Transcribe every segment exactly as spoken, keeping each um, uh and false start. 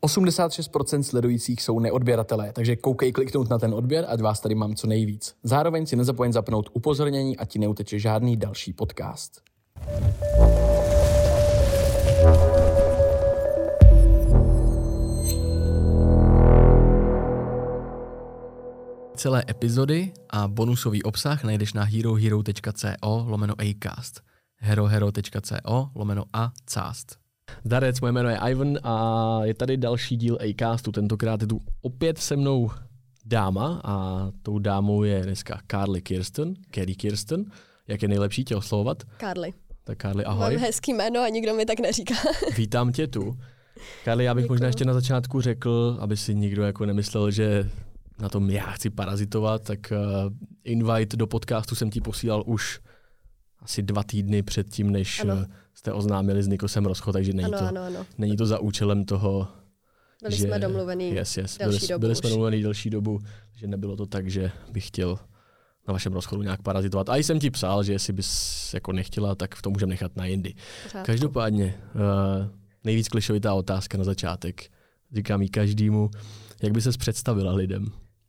osmdesát šest procent sledujících jsou neodběratelé, takže koukej kliknout na ten odběr, ať vás tady mám co nejvíc. Zároveň si nezapomeň zapnout upozornění, ať ti neuteče žádný další podcast. Celé epizody a bonusový obsah najdeš na herohero.co lomeno acast. herohero.co lomeno acast. Zdarec, moje jméno je Ivan a je tady další díl Acastu. Tentokrát je tu opět se mnou dáma a tou dámou je dneska Carly Kirsten, Carly Kirsten. Jak je nejlepší tě oslovovat? Carly. Tak Carly, ahoj. Mám hezký jméno a nikdo mi tak neříká. Vítám tě tu. Carly, já bych Děkuju. možná ještě na začátku řekl, aby si nikdo jako nemyslel, že na tom já chci parazitovat, tak uh, invite do podcastu jsem ti posílal už asi dva týdny před tím, než ano. jste oznámili s Nikosem rozchod, takže není, ano, to, ano, ano. není to za účelem toho, byli že... jsme domluvený yes, yes, delší byli, dobu byli už. jsme domluvený delší dobu, že nebylo to tak, že bych chtěl na vašem rozchodu nějak parazitovat. A jsem ti psal, že jestli bys jako nechtěla, tak v tom můžeme nechat na jindy. Pořádku. Každopádně, uh, nejvíc klišovitá otázka na začátek. Říkám ji každému, jak by ses představila lidem?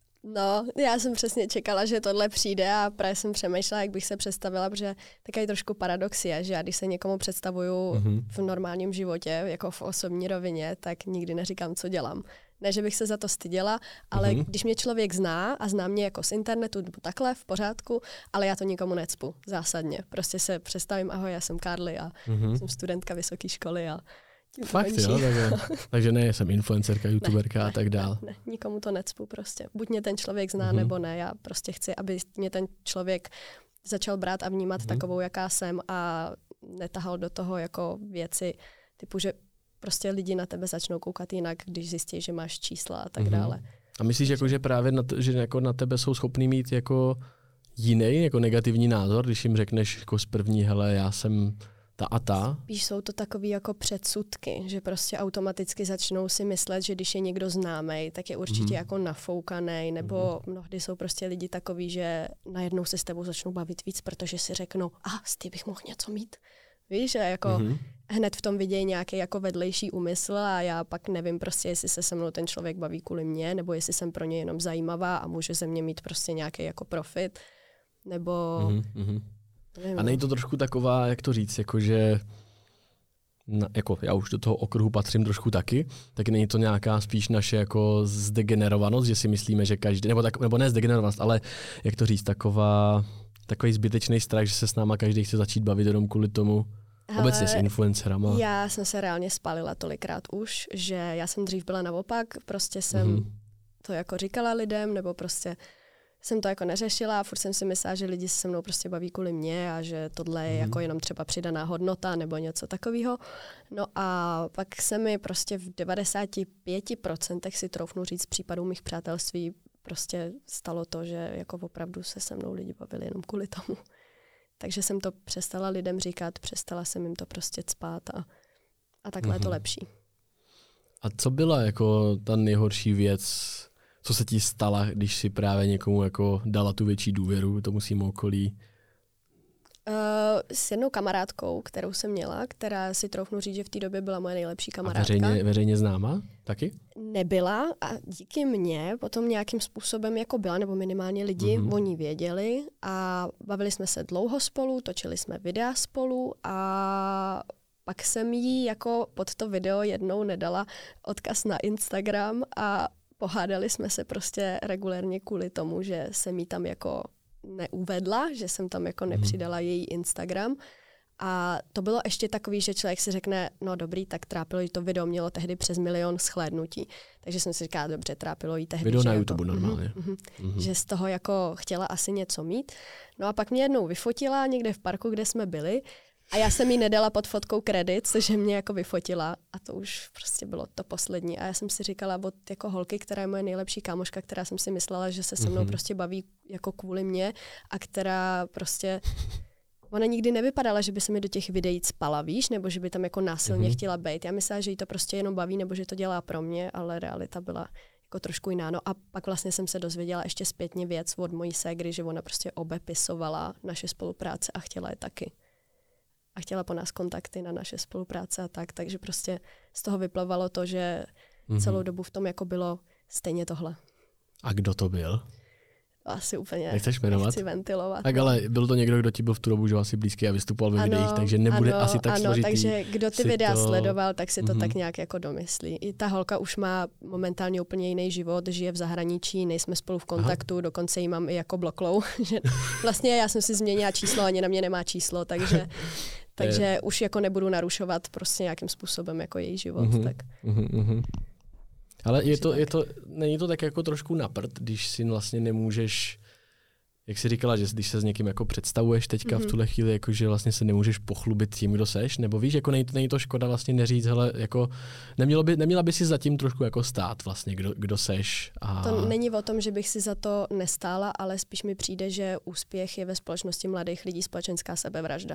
No, já jsem přesně čekala, že tohle přijde a právě jsem přemýšlela, jak bych se představila, protože takový trošku paradox je, že já když se někomu představuju mm-hmm. v normálním životě, jako v osobní rovině, tak nikdy neříkám, co dělám. Ne, že bych se za to styděla, ale mm-hmm. když mě člověk zná a zná mě jako z internetu nebo takhle, v pořádku, ale já to nikomu necpu, zásadně. Prostě se představím, ahoj, já jsem Carly a mm-hmm. jsem studentka vysoké školy a fakt jo, takže, takže ne, jsem influencerka, youtuberka ne, a tak dál. Ne, ne, nikomu to necpu prostě. Buď mě ten člověk zná, mm-hmm. nebo ne. Já prostě chci, aby mě ten člověk začal brát a vnímat mm-hmm. takovou, jaká jsem a netahal do toho jako věci typu, že prostě lidi na tebe začnou koukat jinak, když zjistí, že máš čísla a tak mm-hmm. dále. A myslíš, jako, že právě na, t- že jako na tebe jsou schopný mít jako jiný, jako negativní názor, když jim řekneš jako z první, hele, já jsem ta a ta? Spíš jsou to takový jako předsudky, že prostě automaticky začnou si myslet, že když je někdo známej, tak je určitě mm. jako nafoukanej, nebo mm. mnohdy jsou prostě lidi takový, že najednou se s tebou začnou bavit víc, protože si řeknou, a ah, s ty bych mohl něco mít. Víš, že jako mm. hned v tom vidějí nějaký jako vedlejší úmysl a já pak nevím prostě, jestli se se mnou ten člověk baví kvůli mě, nebo jestli jsem pro ně jenom zajímavá a může ze mě mít prostě nějaký jako profit, nebo... Mm. A není to trošku taková, jak to říct, jakože, na, jako já už do toho okruhu patřím trošku taky, tak není to nějaká spíš naše jako zdegenerovanost, že si myslíme, že každý, nebo, tak, nebo ne zdegenerovanost, ale jak to říct, taková, takový zbytečný strach, že se s náma každý chce začít bavit jenom kvůli tomu, hele, obecně s influencerama. Já jsem se reálně spálila tolikrát už, že já jsem dřív byla naopak, prostě jsem mm-hmm. to jako říkala lidem, nebo prostě jsem to jako neřešila a furt jsem si myslela, že lidi se se mnou prostě baví kvůli mě a že tohle je mm. jako jenom třeba přidaná hodnota nebo něco takového. No a pak se mi prostě v devadesát pět procent si troufnu říct případů mých přátelství prostě stalo to, že jako opravdu se se mnou lidi bavili jenom kvůli tomu. Takže jsem to přestala lidem říkat, přestala jsem jim to prostě cpát a, a takhle mm-hmm. je to lepší. A co byla jako ta nejhorší věc, co se ti stala, když si právě někomu jako dala tu větší důvěru tomu svým okolí? Uh, s jednou kamarádkou, kterou jsem měla, která si troufnu říct, že v té době byla moje nejlepší kamarádka. A veřejně, veřejně známá taky? Nebyla a díky mně potom nějakým způsobem jako byla, nebo minimálně lidi mm-hmm. o ní věděli a bavili jsme se dlouho spolu, točili jsme videa spolu a pak jsem jí jako pod to video jednou nedala odkaz na Instagram a pohádali jsme se prostě regulérně kvůli tomu, že jsem jí tam jako neuvedla, že jsem tam jako nepřidala její Instagram. A to bylo ještě takový, že člověk si řekne, no dobrý, tak trápilo jí to video, mělo tehdy přes milion shlédnutí. Takže jsem si říkala, dobře, trápilo jí tehdy. Video že na jako, YouTube normálně. Mm, mm, mm, že z toho jako chtěla asi něco mít. No a pak mě jednou vyfotila někde v parku, kde jsme byli. A já jsem jí nedala pod fotkou kredit, což mě jako vyfotila a to už prostě bylo to poslední. A já jsem si říkala od jako holky, která je moje nejlepší kámoška, která jsem si myslela, že se se mnou mm-hmm. prostě baví jako kvůli mě a která prostě, ona nikdy nevypadala, že by se mi do těch videí spala, víš, nebo že by tam jako násilně mm-hmm. chtěla být. Já myslela, že jí to prostě jenom baví, nebo že to dělá pro mě, ale realita byla jako trošku jiná. No a pak vlastně jsem se dozvěděla ještě zpětně věc od mojí ségry, že ona prostě obepisovala naše spolupráce a chtěla je taky. A chtěla po nás kontakty na naše spolupráce a tak, takže prostě z toho vyplavalo to, že mm-hmm. celou dobu v tom jako bylo stejně tohle. A kdo to byl? Asi úplně nechceš jmenovat? Nechci ventilovat. Tak ale byl to někdo, kdo ti byl v tu dobu, že asi blízký a vystupoval ve ano, videích, takže nebude ano, asi tak ano, složitý. takže kdo ty videa to... sledoval, tak si to mm-hmm. tak nějak jako domyslí. I ta holka už má momentálně úplně jiný život, žije v zahraničí, nejsme spolu v kontaktu, Aha. dokonce ji mám i jako bloklou. Vlastně já jsem si změnila číslo, ani na mě nemá číslo, takže, takže už jako nebudu narušovat prostě nějakým způsobem jako její život. Mm-hmm. Tak. Mm-hmm. Ale je to, je to, není to tak jako trošku na prd, když si vlastně nemůžeš, jak jsi říkala, že když se s někým jako představuješ teďka mm-hmm. v tuhle chvíli, jako že vlastně se nemůžeš pochlubit tím, kdo seš, nebo víš, jako není, není to škoda vlastně neříct, hele, jako nemělo by, neměla by si zatím trošku jako stát vlastně, kdo, kdo seš. A... To není o tom, že bych si za to nestála, ale spíš mi přijde, že úspěch je ve společnosti mladých lidí společenská sebevražda.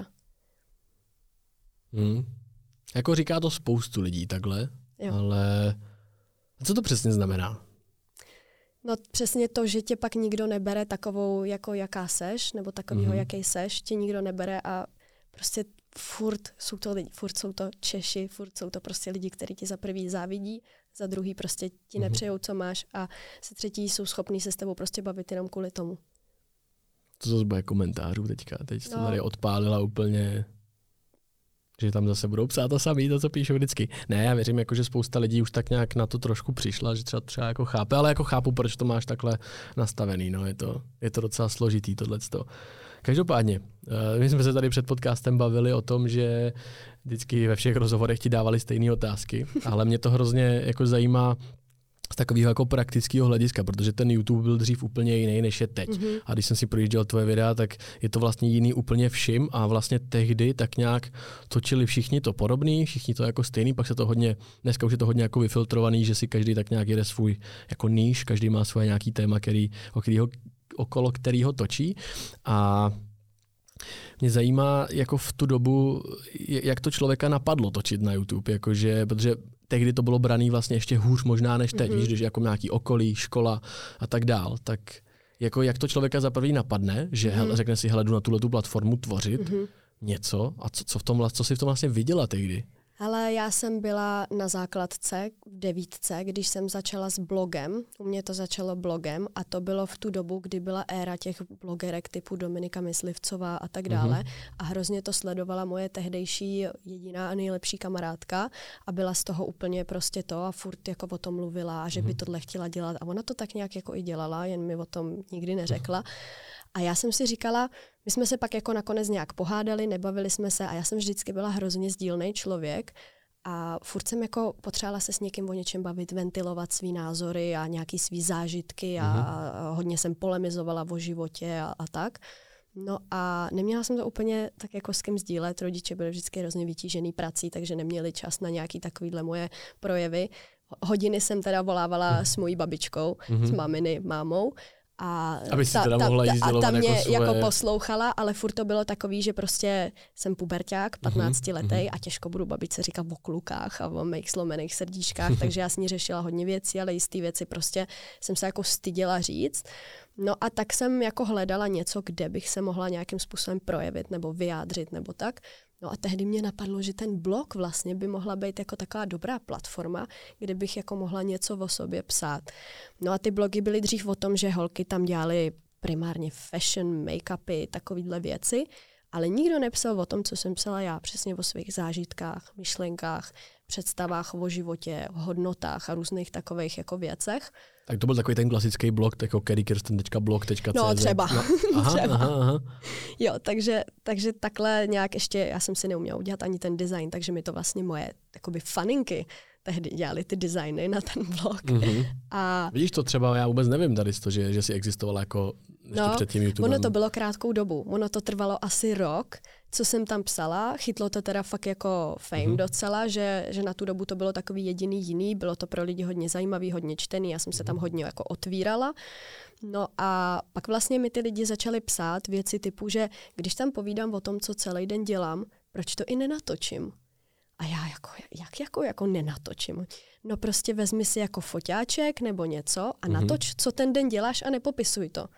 Hmm. Jako říká to spoustu lidí takhle, jo. Ale co to přesně znamená? No přesně to, že tě pak nikdo nebere takovou, jako jaká seš, nebo takovýho, mm-hmm. jaký seš, tě nikdo nebere a prostě furt jsou to lidi, furt jsou to Češi, furt jsou to prostě lidi, kteří ti za prvý závidí, za druhý prostě ti mm-hmm. nepřejou, co máš a za třetí jsou schopní se s tebou prostě bavit jenom kvůli tomu. To zase bude komentářů teďka, teď jsi no. to tady odpálila úplně... že tam zase budou psát to samý, to, co píšou vždycky. Ne, já věřím, jako, že spousta lidí už tak nějak na to trošku přišla, že třeba, třeba jako chápe, ale jako chápu, proč to máš takhle nastavený. No, je to, je to docela složitý tohleto. Každopádně, my jsme se tady před podcastem bavili o tom, že vždycky ve všech rozhovorech ti dávali stejné otázky, ale mě to hrozně jako zajímá z takového jako praktického hlediska, protože ten YouTube byl dřív úplně jiný, než je teď. Mm-hmm. A když jsem si projížděl tvoje videa, tak je to vlastně jiný úplně všim a vlastně tehdy tak nějak točili všichni to podobný, všichni to jako stejný, pak se to hodně, dneska už je to hodně jako vyfiltrovaný, že si každý tak nějak jede svůj jako níž, každý má svoje nějaký téma, který, o kterýho, okolo kterýho točí a mě zajímá jako v tu dobu, jak to člověka napadlo točit na YouTube, jakože, protože tehdy to bylo braný vlastně ještě hůř možná než teď, mm-hmm. víš, když jako nějaký okolí, škola a tak dál, tak jako jak to člověka za první napadne, že mm-hmm. hele, řekne si, hele, jdu na tuhletu platformu tvořit mm-hmm. něco a co, co, v tom, co si v tom vlastně viděla tehdy? Ale já jsem byla na základce v devítce, když jsem začala s blogem. U mě to začalo blogem a to bylo v tu dobu, kdy byla éra těch blogerek typu Dominika Myslivcová a tak dále. Mm-hmm. A hrozně to sledovala moje tehdejší jediná a nejlepší kamarádka a byla z toho úplně prostě to a furt jako o tom mluvila a že mm-hmm. by tohle chtěla dělat. A ona to tak nějak jako i dělala, jen mi o tom nikdy neřekla. A já jsem si říkala, my jsme se pak jako nakonec nějak pohádali, nebavili jsme se a já jsem vždycky byla hrozně sdílnej člověk a furt jsem jako potřebovala se s někým o něčem bavit, ventilovat svý názory a nějaký svý zážitky a, mm-hmm. a hodně jsem polemizovala o životě a, a tak. No a neměla jsem to úplně tak jako s kým sdílet, rodiče byli vždycky hrozně vytížený prací, takže neměli čas na nějaký takovýhle moje projevy. Hodiny jsem teda volávala s mojí babičkou, mm-hmm. s maminy mámou. A Aby si ta, teda mohla ta, a ta mě jako, svoje... jako poslouchala, ale furt to bylo takový, že prostě jsem puberťák, patnáctiletý mm-hmm. a těžko budu babičce říkat o klukách a o mých slomených srdíčkách, takže já s ní řešila hodně věcí, ale jistý věci prostě jsem se jako styděla říct. No a tak jsem jako hledala něco, kde bych se mohla nějakým způsobem projevit nebo vyjádřit nebo tak. No a tehdy mě napadlo, že ten blog vlastně by mohla být jako taková dobrá platforma, kde bych jako mohla něco o sobě psát. No a ty blogy byly dřív o tom, že holky tam dělaly primárně fashion, make-upy, takovýhle věci, ale nikdo nepsal o tom, co jsem psala já, přesně o svých zážitkách, myšlenkách, představách o životě, o hodnotách a různých takových jako věcech. Tak to byl takový ten klasický blog, jako kerrykirsten tečka blog tečka cé zet. No třeba. No, aha, třeba. Aha, aha. Jo, takže, takže takhle nějak ještě, já jsem si neuměla udělat ani ten design, takže mi to vlastně moje jakoby faninky tehdy dělali ty designy na ten blog. Mm-hmm. A vidíš to třeba, já vůbec nevím tady to, že, že jsi existovala jako ještě no, před tím YouTubem. Ono to bylo krátkou dobu, ono to trvalo asi rok, co jsem tam psala, chytlo to teda fakt jako fame mm-hmm. docela, že, že na tu dobu to bylo takový jediný jiný, bylo to pro lidi hodně zajímavý, hodně čtený, já jsem se tam hodně jako otvírala. No a pak vlastně mi ty lidi začali psát věci typu, že když tam povídám o tom, co celý den dělám, proč to i nenatočím? A já jako, jak jako, jako nenatočím? No prostě vezmi si jako foťáček nebo něco a mm-hmm. natoč, co ten den děláš a nepopisuj to.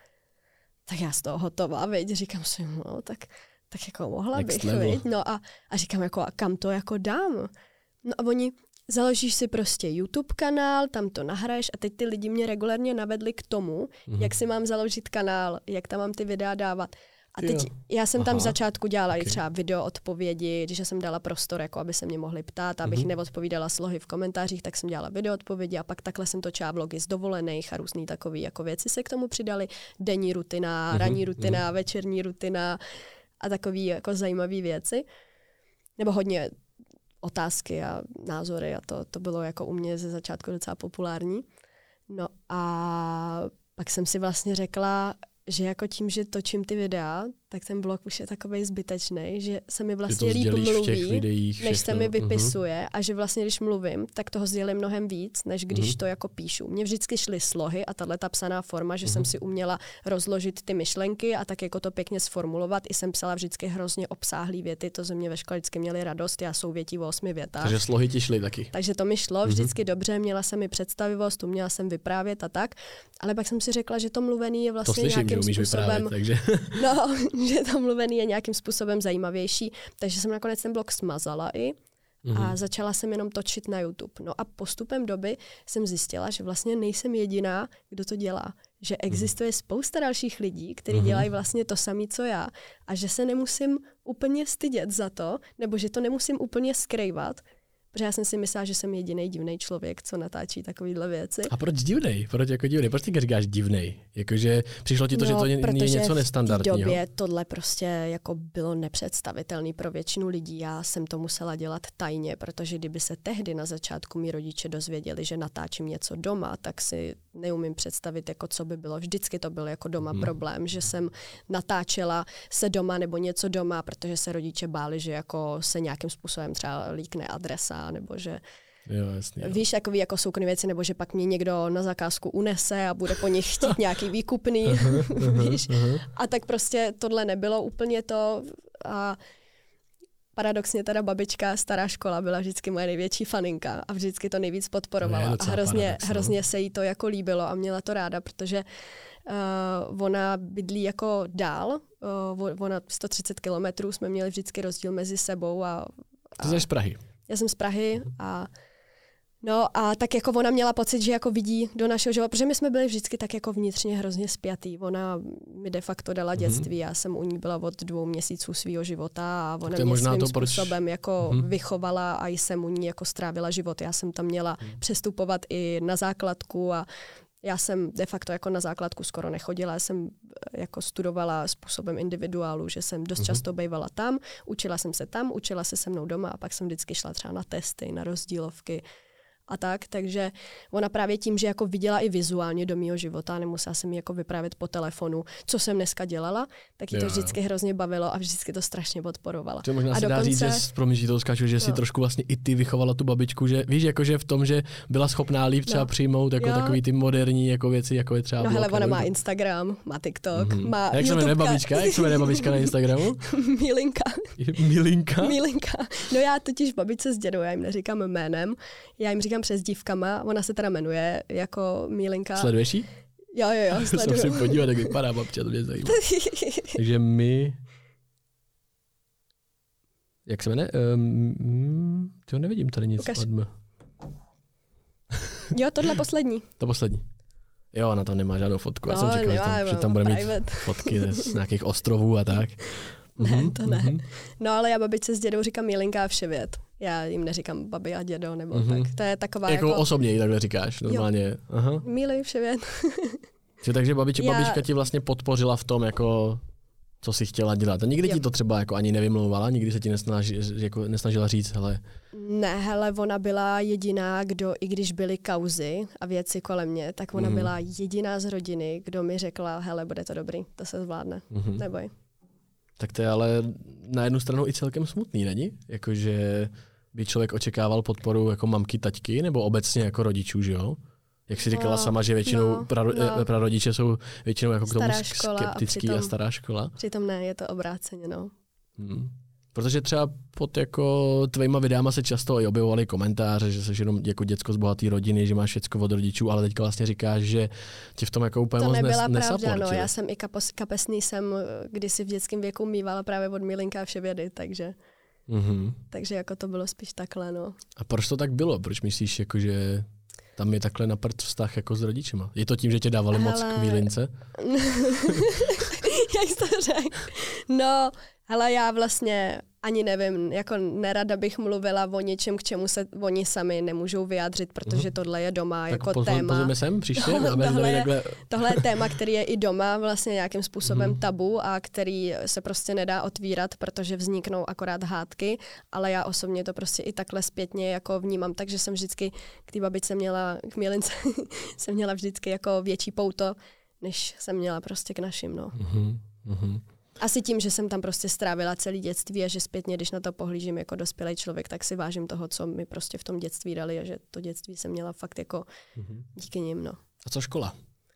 Tak já z toho hotová, veď, říkám si, no tak, tak jako mohla Next bych, veď, no a, a říkám jako, a kam to jako dám? No a oni, založíš si prostě YouTube kanál, tam to nahraješ a teď ty lidi mě regulérně navedli k tomu, mm-hmm. jak si mám založit kanál, jak tam mám ty videa dávat. A teď jo. já jsem tam v začátku dělala okay. i třeba video odpovědi, když jsem dala prostor, jako aby se mě mohli ptát, abych mm-hmm. neodpovídala slohy v komentářích, tak jsem dělala video odpovědi a pak takhle jsem točila vlogy z dovolených a různý takový jako věci se k tomu přidaly. Denní rutina, mm-hmm. ranní rutina, mm-hmm. večerní rutina a takový jako zajímavé věci. Nebo hodně otázky a názory a to, to bylo jako u mě ze začátku docela populární. No a pak jsem si vlastně řekla, že jako tím, že točím ty videa, tak ten blog už je takovej zbytečný, že se mi vlastně líp mluví, videích, než se mi vypisuje uh-huh. a že vlastně, když mluvím, tak toho sdělím mnohem víc, než když uh-huh. to jako píšu. Mně vždycky šly slohy a tato psaná forma, že uh-huh. jsem si uměla rozložit ty myšlenky a tak jako to pěkně sformulovat. I jsem psala vždycky hrozně obsáhlý věty, to ze mě ve škole vždycky měly radost, já souvětí v osmi větách. Takže slohy ti šly taky. Takže to mi šlo vždycky uh-huh. dobře, měla jsem i představivost, uměla jsem vyprávět a tak, ale pak jsem si řekla, že to mluvený je vlastně to slyším, nějakým způsobem, vyprávět, takže... no, že to mluvený je nějakým způsobem zajímavější, takže jsem nakonec ten blog smazala i mm-hmm. a začala jsem jenom točit na YouTube. No a postupem doby jsem zjistila, že vlastně nejsem jediná, kdo to dělá. Že existuje spousta dalších lidí, kteří mm-hmm. dělají vlastně to samé, co já a že se nemusím úplně stydět za to, nebo že to nemusím úplně skrývat, protože já jsem si myslela, že jsem jediný divný člověk, co natáčí takovýhle věci. A proč divnej? Proč jako divnej? Proč ty říkáš divnej? Jakože přišlo ti to, no, že to je něco nestandardního? V té době tohle prostě jako bylo nepředstavitelné pro většinu lidí. Já jsem to musela dělat tajně, protože kdyby se tehdy na začátku mý rodiče dozvěděli, že natáčím něco doma, tak si neumím představit, jako co by bylo. Vždycky to byl jako doma hmm. problém, že jsem natáčela se doma nebo něco doma, protože se rodiče báli, že jako se nějakým způsobem třeba líkne adresa, nebo že jo, jasně, jo. víš, takový jako soukromé věci, nebo že pak mě někdo na zakázku unese a bude po nich chtít nějaký výkupný, víš. A tak prostě tohle nebylo úplně to a paradoxně teda babička, stará škola, byla vždycky moje největší faninka a vždycky to nejvíc podporovala a hrozně, hrozně se jí to jako líbilo a měla to ráda, protože uh, ona bydlí jako dál, uh, ona sto třicet kilometrů, jsme měli vždycky rozdíl mezi sebou a Ty jsi z Prahy. Já jsem z Prahy a no a tak jako ona měla pocit, že jako vidí do našeho života, protože my jsme byli vždycky tak jako vnitřně hrozně spjatý. Ona mi de facto dala dětství, já jsem u ní byla od dvou měsíců svýho života a ona mě svým způsobem proč... jako hmm. vychovala a jsem u ní jako strávila život. Já jsem tam měla hmm. přestupovat i na základku a já jsem de facto jako na základku skoro nechodila, já jsem jako studovala způsobem individuálu, že jsem dost často bývala tam, učila jsem se tam, učila se se mnou doma a pak jsem vždycky šla třeba na testy, na rozdílovky a tak, takže ona právě tím, že jako viděla i vizuálně do mýho života, nemusela jsem jí jako vyprávět po telefonu, co jsem dneska dělala, tak jí to vždycky hrozně bavilo a vždycky to strašně podporovala. To možná a se dokonce... dá říct, že, promiň, že to skáču, že si no. trošku vlastně i ty vychovala tu babičku, že víš, jakože v tom, že byla schopná líp třeba no. přijmout jako jo. takový ty moderní jako věci, jako je třeba No hele, ona nebo... má Instagram, má TikTok, mm-hmm. má Jak se jmenuje babička? Jak se jmenuje babička na Instagramu? Milinka. Milinka? Milinka. No já totiž babičce s dědou, já jim neříkám jménem, já jim říkám přezdívkama. Ona se teda jmenuje jako Mílinka. Sleduješ jí? Jo, jo, jo, sleduju. Jsem si podívat, jak vypadá babča, to mě zajímá. Takže my... Jak se jmenuje? Um, to nevidím tady nic. Jo, tohle poslední. To poslední. Jo, ona tam nemá žádnou fotku. Já no, jsem čekal, nemá, že tam, že tam bude private. Mít fotky z nějakých ostrovů a tak. Ne, mm-hmm, to ne. Mm-hmm. No ale já babičce s dědou říkám Mílinka a Vševět. Já jim neříkám babi a dědo, nebo mm-hmm. tak. To je taková jako... Jako osobně jí takhle říkáš, normálně. Aha. Míli, Vševět. Takže babič, já... babička ti vlastně podpořila v tom, jako, co jsi chtěla dělat. A nikdy jo. ti to třeba jako ani nevymlouvala, nikdy se ti nesnaži, jako nesnažila říct, hele. Ne, hele, ona byla jediná, kdo, i když byly kauzy a věci kolem mě, tak ona mm. byla jediná z rodiny, kdo mi řekla, hele, bude to dobrý, to se zvládne, mm-hmm. neboj. Tak to je ale na jednu stranu i celkem smutný, není? Jakože by člověk očekával podporu jako mamky, taťky, nebo obecně jako rodičů, že jo? Jak jsi říkala no, sama, že většinou no, praro, no. prarodiče jsou většinou jako k tomu skeptický a, a stará škola. Přitom ne, je to obráceně, no. Hmm. Protože třeba pod jako tvýma videama se často i objevovaly komentáře, že jsi jenom jako děcko z bohaté rodiny, že máš všecko od rodičů, ale teďka vlastně říkáš, že tě v tom jako úplně moc nesaportili. To nebyla pravda, no. Já jsem i kapos, kapesný jsem kdysi v dětském věku mývala právě od Mílinka a Vševědy, takže Mm-hmm. Takže jako to bylo spíš takhle, no. A proč to tak bylo? Proč myslíš, jako, že tam je takhle naprt vztah jako s rodičima? Je to tím, že tě dávali ale... moc k mílince? Jak to řekl? No, ale já vlastně ani nevím, jako nerada bych mluvila o něčem, k čemu se oni sami nemůžou vyjádřit, protože tohle je doma tak jako pozvem, téma. Pozveme sem příště? tohle, je, takhle... tohle je téma, který je i doma vlastně nějakým způsobem mm. tabu a který se prostě nedá otvírat, protože vzniknou akorát hádky, ale já osobně to prostě i takhle zpětně jako vnímám, takže jsem vždycky k té babičce měla, k milince jsem měla vždycky jako větší pouto, než jsem měla prostě k našim, no. Mm-hmm. Asi tím, že jsem tam prostě strávila celé dětství a že zpětně, když na to pohlížím jako dospělý člověk, tak si vážím toho, co mi prostě v tom dětství dali a že to dětství jsem měla fakt jako mm-hmm. díky nim, no. A co škola?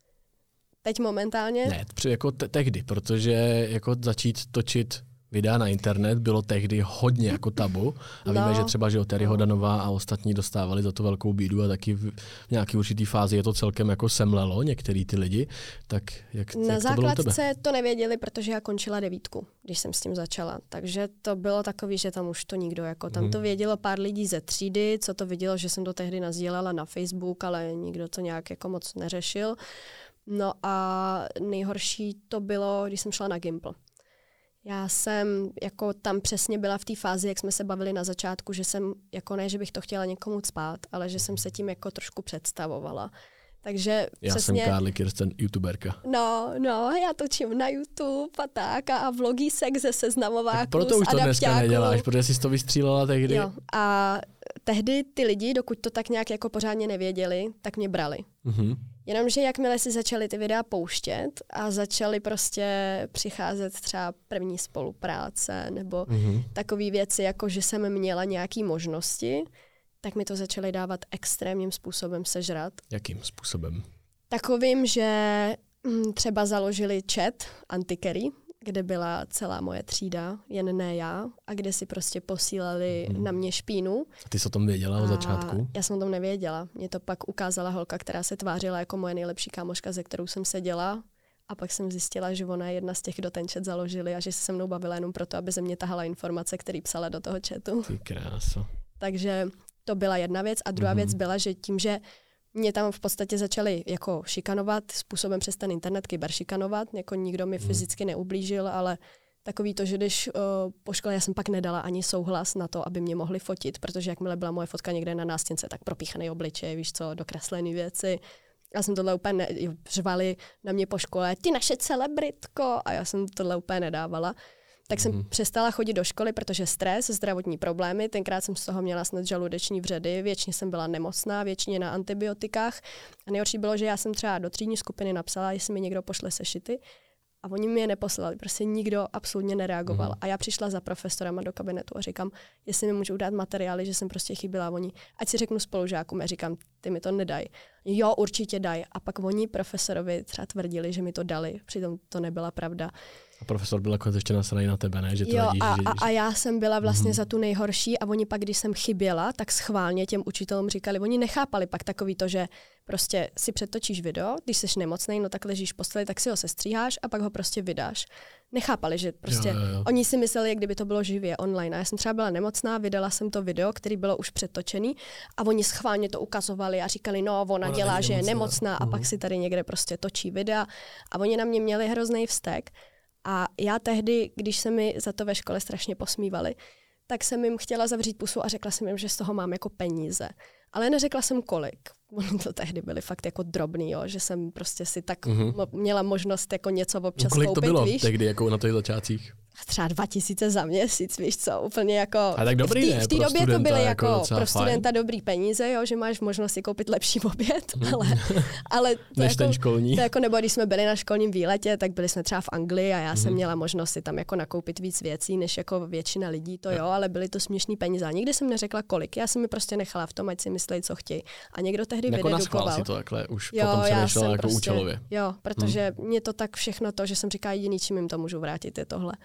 Teď momentálně? Ne, jako te- tehdy, protože jako začít točit videa na internet bylo tehdy hodně jako tabu a víme, no. že třeba, že Terry Hodanová a ostatní dostávali za to velkou bídu a taky v nějaký určitý fázi je to celkem jako semlelo některý ty lidi, tak jak, na jak to bylo u tebe? Na základce to nevěděli, protože já končila devítku, když jsem s tím začala, takže to bylo takový, že tam už to nikdo, jako tam hmm. to vědělo pár lidí ze třídy, co to vidělo, že jsem to tehdy nazdílela na Facebook, ale nikdo to nějak jako moc neřešil. No a nejhorší to bylo, když jsem šla na Gimpl. Já jsem jako tam přesně byla v té fázi, jak jsme se bavili na začátku, že jsem, jako ne, že bych to chtěla někomu cpát, ale že jsem se tím jako trošku představovala. Takže já přesně... jsem Carly Kirsten, youtuberka. No, no, já točím na YouTube a tak a vlogísek ze seznamováků, tak proto už to dneska neděláš, protože jsi to vystřílela tehdy. Jo, a tehdy ty lidi, dokud to tak nějak jako pořádně nevěděli, tak mě brali. Mm-hmm. Jenomže jakmile si začali ty videa pouštět a začaly prostě přicházet třeba první spolupráce nebo mm-hmm. takové věci, jako že jsem měla nějaké možnosti, tak mi to začaly dávat extrémním způsobem sežrat. Jakým způsobem? Takovým, že hm, třeba založili chat Antikerry, kde byla celá moje třída, jen ne já, a kde si prostě posílali hmm. na mě špínu. A ty jsi o tom věděla od začátku? Já jsem o tom nevěděla. Mě to pak ukázala holka, která se tvářila jako moje nejlepší kámoška, ze kterou jsem seděla. A pak jsem zjistila, že ona je jedna z těch, kdo ten chat založili a že se se mnou bavila jenom proto, aby ze mě tahala informace, které psala do toho chatu. Ty kráso. Takže to byla jedna věc. A druhá hmm. věc byla, že tím, že mě tam v podstatě začali jako šikanovat, způsobem přes ten internet kyberšikanovat, jako nikdo mi fyzicky neublížil, ale takový to, že když uh, po škole, já jsem pak nedala ani souhlas na to, aby mě mohli fotit, protože jakmile byla moje fotka někde na nástěnce, tak propíchaný obličej, víš co, dokreslený věci. Já jsem tohle úplně, ne, řvali na mě po škole, ty naše celebritko, a já jsem tohle úplně nedávala. Tak jsem mm. přestala chodit do školy, protože stres, zdravotní problémy, tenkrát jsem z toho měla snad žaludeční vředy, většině jsem byla nemocná, většině na antibiotikách. A nejhorší bylo, že já jsem třeba do třídní skupiny napsala, jestli mi někdo pošle sešity, a oni mi je neposlali, prostě nikdo absolutně nereagoval. Mm. A já přišla za profesorama do kabinetu a říkám, jestli mi můžou dát materiály, že jsem prostě chyběla. Oni, ať si řeknu spolužákům, já říkám, ty mi to nedají. Jo, určitě dají. A pak oni profesorovi třeba tvrdili, že mi to dali, přitom to nebyla pravda. A profesor byl jako ještě nasraný na tebe, ne? Že to jo, radíš, a, že, a, a já jsem byla vlastně mm. za tu nejhorší a oni pak, když jsem chyběla, tak schválně těm učitelům říkali, oni nechápali pak takový to, že prostě si přetočíš video, když jsi nemocnej, no tak ležíš v posteli, tak si ho sestříháš a pak ho prostě vydáš. Nechápali, že prostě jo, jo, jo. oni si mysleli, jak kdyby to bylo živě online. A já jsem třeba byla nemocná, vydala jsem to video, který bylo už přetočený a oni schválně to ukazovali a říkali, no ona, ona dělá, že je nemocná a uh-huh. pak si tady někde prostě točí videa a oni na mě měli hrozný vztek. A já tehdy, když se mi za to ve škole strašně posmívali, tak jsem jim chtěla zavřít pusu a řekla jsem jim, že z toho mám jako peníze. Ale neřekla jsem kolik. Oni to tehdy byly fakt jako drobný, jo, že jsem prostě si tak mm-hmm. měla možnost jako něco občas kolik koupit, to bylo víš? Tehdy jako na těch začátcích? Třeba dva tisíce za měsíc, víš co, úplně jako... A tak dobrý, v té době to byly jako, jako pro studenta fajn. Dobrý peníze, jo, že máš možnost si koupit lepší oběd, hmm. ale, ale to než jako, ten školní. To jako, nebo když jsme byli na školním výletě, tak byli jsme třeba v Anglii a já hmm. jsem měla možnost si tam jako nakoupit víc věcí, než jako většina lidí, to jo, ale byly to směšný peníze. A nikdy jsem neřekla kolik, já jsem mi prostě nechala v tom, ať si myslí, co chtějí. A někdo tehdy jako vydedukoval. Si to takhle už jo, potom přemýšlela jako prostě, účelově. Jo, protože hmm. mě to tak všechno to, že jsem říkala, jediný, čím jim to můžu vrátit, je tohle.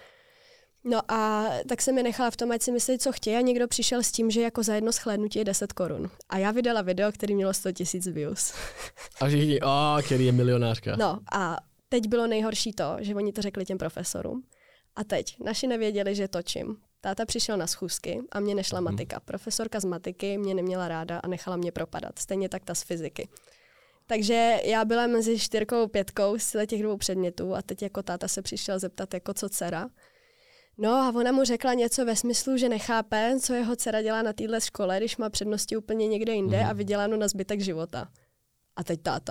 No a tak jsem mi nechala v tom, ať si myslí, co chtějí, a někdo přišel s tím, že jako za jedno shlédnutí je deset korun. A já vydala video, který mělo sto tisíc views. A všichni, a který je milionářka. No a teď bylo nejhorší to, že oni to řekli těm profesorům. A teď naši nevěděli, že točím. táta přišel na schůzky a mě nešla Mhm. matika. Profesorka z matiky mě neměla ráda a nechala mě propadat. Stejně tak ta z fyziky. Takže já byla mezi čtyřkou a pětkou z těch dvou předmětů a teď jako táta se přišel zeptat, jako co dcera. No a ona mu řekla něco ve smyslu, že nechápe, co jeho dcera dělá na téhle škole, když má přednosti úplně někde jinde Mhm. a vyděláno na zbytek života. A teď táta.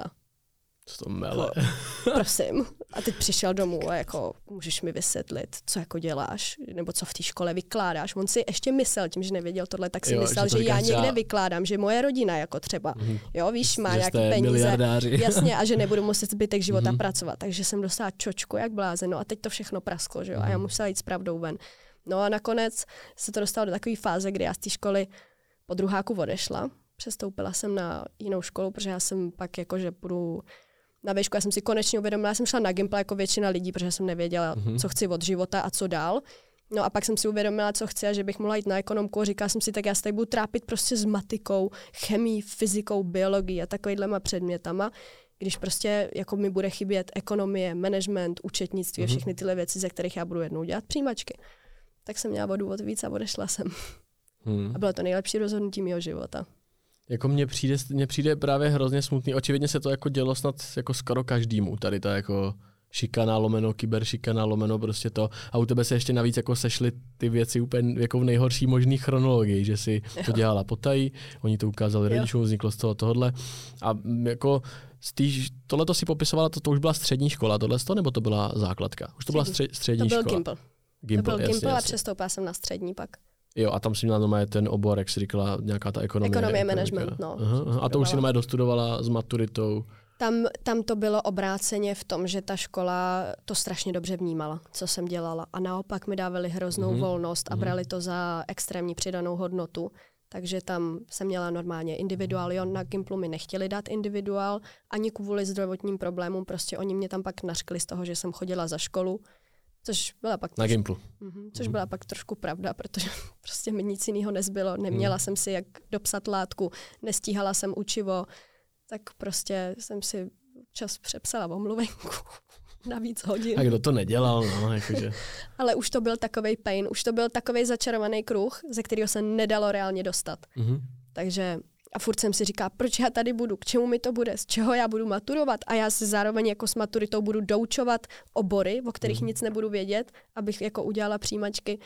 Co to mele. Prosím. A teď přišel domů a jako, můžeš mi vysvětlit, co jako děláš, nebo co v té škole vykládáš. On si ještě myslel, tím, že nevěděl tohle, tak si Jo, myslel, že to že, já říkáš třeba- někde vykládám, že moje rodina jako třeba, Mhm. jo, víš, má Že nějaký jste peníze. miliardáři. Jasně, a že nebudu muset zbytek života Mhm. pracovat. Takže jsem dostala čočku jak blázen, no a teď to všechno prasklo, že jo, a já Mhm. musela jít s pravdou ven. No a nakonec se to dostalo do takové fáze, kdy já z té školy po druháku odešla. Přestoupila jsem na jinou školu, protože já jsem pak jako, že půjdu na výšku, já jsem si konečně uvědomila, já jsem šla na Gimple jako většina lidí, protože jsem nevěděla, Mhm. co chci od života a co dál. No a pak jsem si uvědomila, co chci a že bych mohla jít na ekonomku a říkala jsem si, tak já se tady budu trápit prostě s matikou, chemií, fyzikou, biologií a takovýhlema předmětama, když prostě jako mi bude chybět ekonomie, management, účetnictví a Mhm. všechny tyhle věci, ze kterých já budu jednou dělat přijímačky. Tak jsem měla o důvod víc a odešla jsem. Hmm. A bylo to nejlepší rozhodnutí mého života. Jako mně přijde, mně přijde právě hrozně smutný. Očividně se to jako dělo snad jako skoro každému. Tady ta jako šikana, lomeno, kyberšikana, lomeno prostě to. A u tebe se ještě navíc jako sešly ty věci úplně jako v nejhorší možný chronologii, že si to dělala potají, oni to ukázali rodičům, vzniklo z toho tohodle. A mm, jako tohle to si popisovala, to, to už byla střední škola, tohle to, nebo to byla základka? Už to byla střed, To střední byl škola. Gimple. Gimple, To byl jasně, Gimple a jasně. přestoupila jsem na střední pak. Jo, a tam si měla normálně ten obor, jak jsi říkala, nějaká ta ekonomie. Ekonomie, ekonomika. management, no. Aha, aha. A to už si Studovala. normálně dostudovala s maturitou. Tam, tam to bylo obráceně v tom, že ta škola to strašně dobře vnímala, co jsem dělala. A naopak mi dávali hroznou Mhm. volnost a Mhm. brali to za extrémní přidanou hodnotu. Takže tam jsem měla normálně individuál. Jo, na Gimplu mi nechtěli dát individuál, ani kvůli zdravotním problémům. Prostě oni mě tam pak nařkli z toho, že jsem chodila za školu, což byla pak... Na troš- Gimplu. Mhm, což byla pak trošku pravda, protože prostě mi nic jiného nezbylo. Neměla Mhm. jsem si jak dopsat látku, nestíhala jsem učivo, tak prostě jsem si čas přepsala omluvenku na víc hodin. A kdo to nedělal, no, jakože. Ale už to byl takovej pain, už to byl takovej začarovaný kruh, ze kterého se nedalo reálně dostat. Mhm. Takže a furt jsem si říká, proč já tady budu, k čemu mi to bude, z čeho já budu maturovat a já si zároveň jako s maturitou budu doučovat obory, o kterých Mhm. nic nebudu vědět, abych jako udělala přijímačky.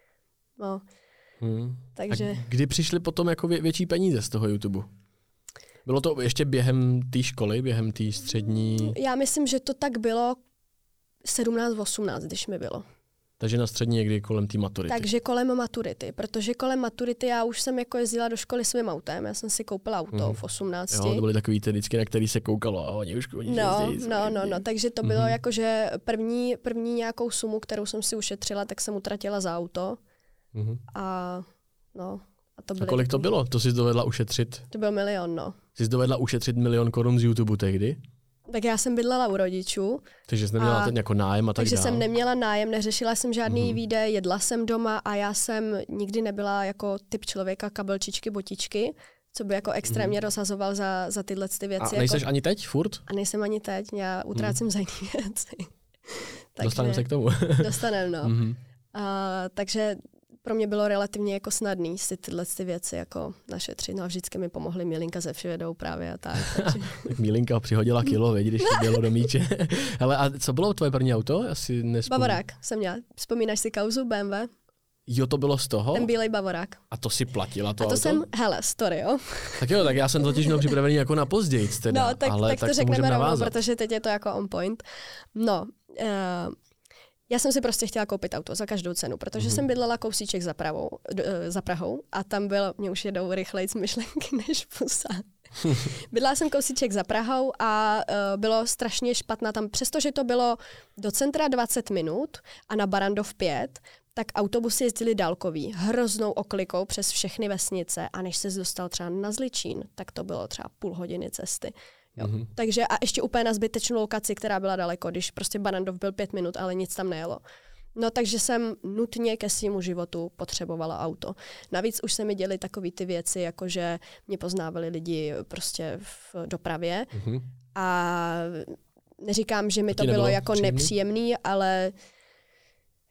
No, Mhm. takže... A kdy přišly potom jako vě- větší peníze z toho YouTube? Bylo to ještě během té školy, během té střední, Já myslím, že to tak bylo sedmnáct osmnáct, když mi bylo. takže na střední někdy kolem té maturity. Takže kolem maturity, protože kolem maturity já už jsem jako jezdila do školy svým autem, já jsem si koupila auto Mhm. v osmnácti. Jo, to byly takový ty vždycky, na který se koukalo a oni už oni No, jezdí, no, no, no, takže to bylo Mhm. jako, že první, první nějakou sumu, kterou jsem si ušetřila, tak jsem utratila za auto Mhm. a no. A, to A byly kolik to takový- bylo? To jsi dovedla ušetřit? To byl milion, no. Jsi dovedla ušetřit milion korun z YouTube tehdy? Tak já jsem bydlela u rodičů, Takže jsi neměla A- ten jako nájem a tak takže dál. jsem neměla nájem, neřešila jsem žádný Mhm. mm. výdaje, jedla jsem doma a já jsem nikdy nebyla jako typ člověka kabelčičky, botičky, co by jako extrémně Mhm. rozhazoval za, za tyhle ty věci. A nejseš jako, ani teď furt? a nejsem ani teď, já utrácím mm. za jiné věci. Dostaneme se k tomu. Dostaneme, no. Mhm. A, takže pro mě bylo relativně jako snadný si tyhle ty věci jako našetřit. No a vždycky mi pomohly Milinka ze Vševědou právě a tak. Takže... Tak Mílinka přihodila kilo, věď, když to bylo do míče. Hele, a co bylo tvoje první auto? Asi nespomínám. Bavorák jsem měla. Vzpomínáš si kauzu B M W? Jo, to bylo z toho? Ten bílej Bavorák. A to si platila to A to auto? jsem, hele, story, jo. Tak jo, tak já jsem totiž měl připravený jako na pozdějc teda, No, tak, ale tak, tak to řekneme můžeme rovnou, navázat. protože teď je to jako on point. No, uh, já jsem si prostě chtěla koupit auto za každou cenu, protože Mhm. jsem bydlela kousíček za, pravou, d, uh, za Prahou a tam bylo, mě už jedou rychlejc myšlenky než pusa. Bydlela jsem kousíček za Prahou a uh, bylo strašně špatná tam, přestože to bylo do centra dvacet minut a na Barandov pět, tak autobusy jezdily dálkový, hroznou oklikou přes všechny vesnice a než se dostal třeba na Zličín, tak to bylo třeba půl hodiny cesty. Jo. Mhm. Takže a ještě úplně na zbytečnou lokaci, která byla daleko, když prostě Barandov byl pět minut, ale nic tam nejelo. No takže jsem nutně ke svému životu potřebovala auto. Navíc už se mi děly takové ty věci, jako že mě poznávali lidi prostě v dopravě Mhm. a neříkám, že mi To to ti bylo nebylo jako příjemný? nepříjemný, ale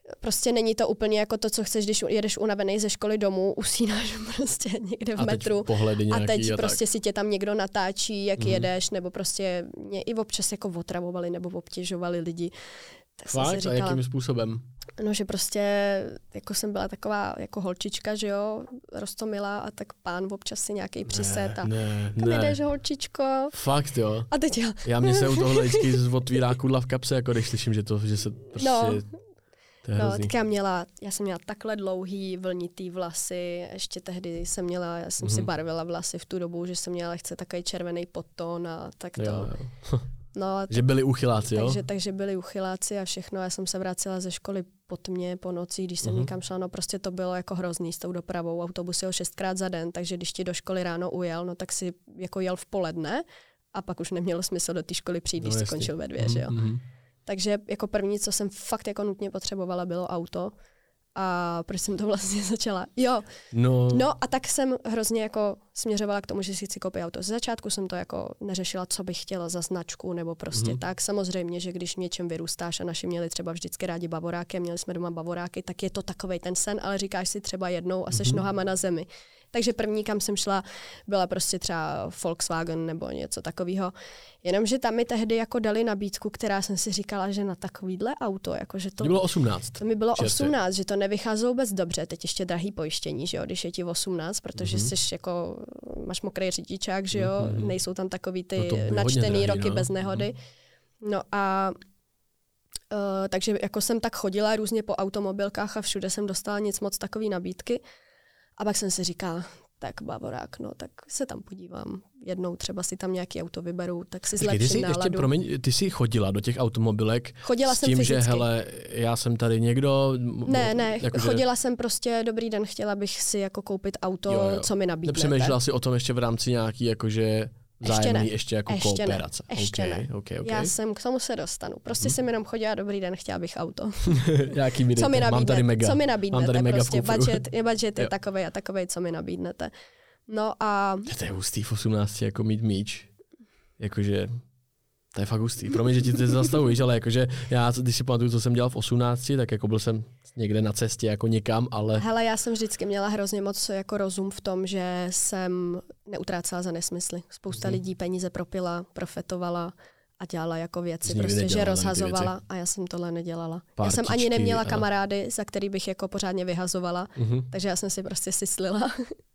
prostě není to úplně jako to, co chceš, když jedeš unavený ze školy domů, usínáš prostě někde v a teď metru pohledy a teď a prostě tak. si tě tam někdo natáčí, jak Mhm. jedeš, nebo prostě mě i občas jako otravovali nebo obtěžovali lidi. Tak jsem si Fakt? A říkala, jakým způsobem? no, že prostě jako jsem byla taková jako holčička, že jo, roztomilá a tak pán občas si nějaký přisét a Ne, kam ne. jdeš, holčičko? Fakt jo. A teď já, Já mě se u tohle vždycky otvírá kudla v kapse, jako když slyším, že to, že se prostě... No. To je no, hrozný. tak já měla, já jsem měla takhle dlouhý vlnitý vlasy, ještě tehdy jsem měla, já jsem mm-hmm. si barvila vlasy v tu dobu, že jsem měla lehce takový červený podton a tak to. Jo, jo. No, Že byli uchyláci, jo? takže, takže byli uchyláci a všechno. Já jsem se vracela ze školy po tmě, po noci, když jsem Mhm. někam šla, no prostě to bylo jako hrozný s tou dopravou. Autobus jel šestkrát za den, takže když ti do školy ráno ujel, no tak si jako jel v poledne a pak už nemělo smysl do té školy přijít, když No, jsi jasně. končil ve dvě, že jo. Mhm. Takže jako první, co jsem fakt jako nutně potřebovala, bylo auto. A proč jsem to vlastně začala? Jo, No, no a tak jsem hrozně jako směřovala k tomu, že si chci koupit auto. Z začátku jsem to jako neřešila, co bych chtěla za značku nebo prostě Mhm. tak. Samozřejmě, že když v něčem vyrůstáš a naši měli třeba vždycky rádi bavoráky a měli jsme doma bavoráky, tak je to takovej ten sen, ale říkáš si třeba jednou a seš Mhm. nohama na zemi. Takže první, kam jsem šla, byla prostě třeba Volkswagen nebo něco takového. Jenomže tam mi tehdy jako dali nabídku, která jsem si říkala, že na takovýhle auto, jako že to... to bylo osmnáct. To mi bylo Čerstvě. osmnáct, že to nevycházelo vůbec dobře. Teď ještě drahý pojištění, že jo, když je ti osmnáct, protože Mhm. jsi jako, máš mokrý řidičák, že jo, Mhm. nejsou tam takový ty No to je hodně načtený drahý, roky no. bez nehody. No a uh, takže jako jsem tak chodila různě po automobilkách a všude jsem dostala nic moc takový nabídky. A pak jsem si říkala, tak bavorák, no tak se tam podívám. Jednou třeba si tam nějaký auto vyberu, tak si Počkej, ty zlepším jsi, ještě, náladu. promiň, ty jsi chodila do těch automobilek Chodila s jsem tím, fyzicky. že hele, já jsem tady někdo... Ne, ne, jakože chodila jsem prostě, dobrý den, chtěla bych si jako koupit auto, Jo, jo. co mi nabídnete. Nepřemýšlela si o tom ještě v rámci nějaký jakože Ještě vzájemný, ne. ještě jako Ještě ne. kooperace. Ještě okay, ne. Okay, okay. Já jsem k tomu se dostanu. Prostě Mhm. jsem jenom chodila, dobrý den, chtěla bych auto. Jaký mi Co mi dejte? Mám tady nabídnete? mega. Co mi nabídnete? Mám tady mega prostě v kufru. budget, je budget je Jo. takovej a takovej, co mi nabídnete. No a To je hustý v osmnácti jako mít míč. Jakože, to je fakt hustý. Promiň, že ti to zastavujíš, ale jakože já, když si pamatuju, co jsem dělal v osmnácti, tak jako byl jsem někde na cestě jako někam, ale hele, já jsem vždycky měla hrozně moc jako rozum v tom, že jsem neutrácela za nesmysly. Spousta Mhm. lidí peníze propila, profetovala a dělala jako věci, Jsi nikdy prostě, že nedělala tady ty rozhazovala a já jsem tohle nedělala. Pár já jsem ani tičky neměla a- kamarády, za který bych jako pořádně vyhazovala, mhm. takže já jsem si prostě syslila.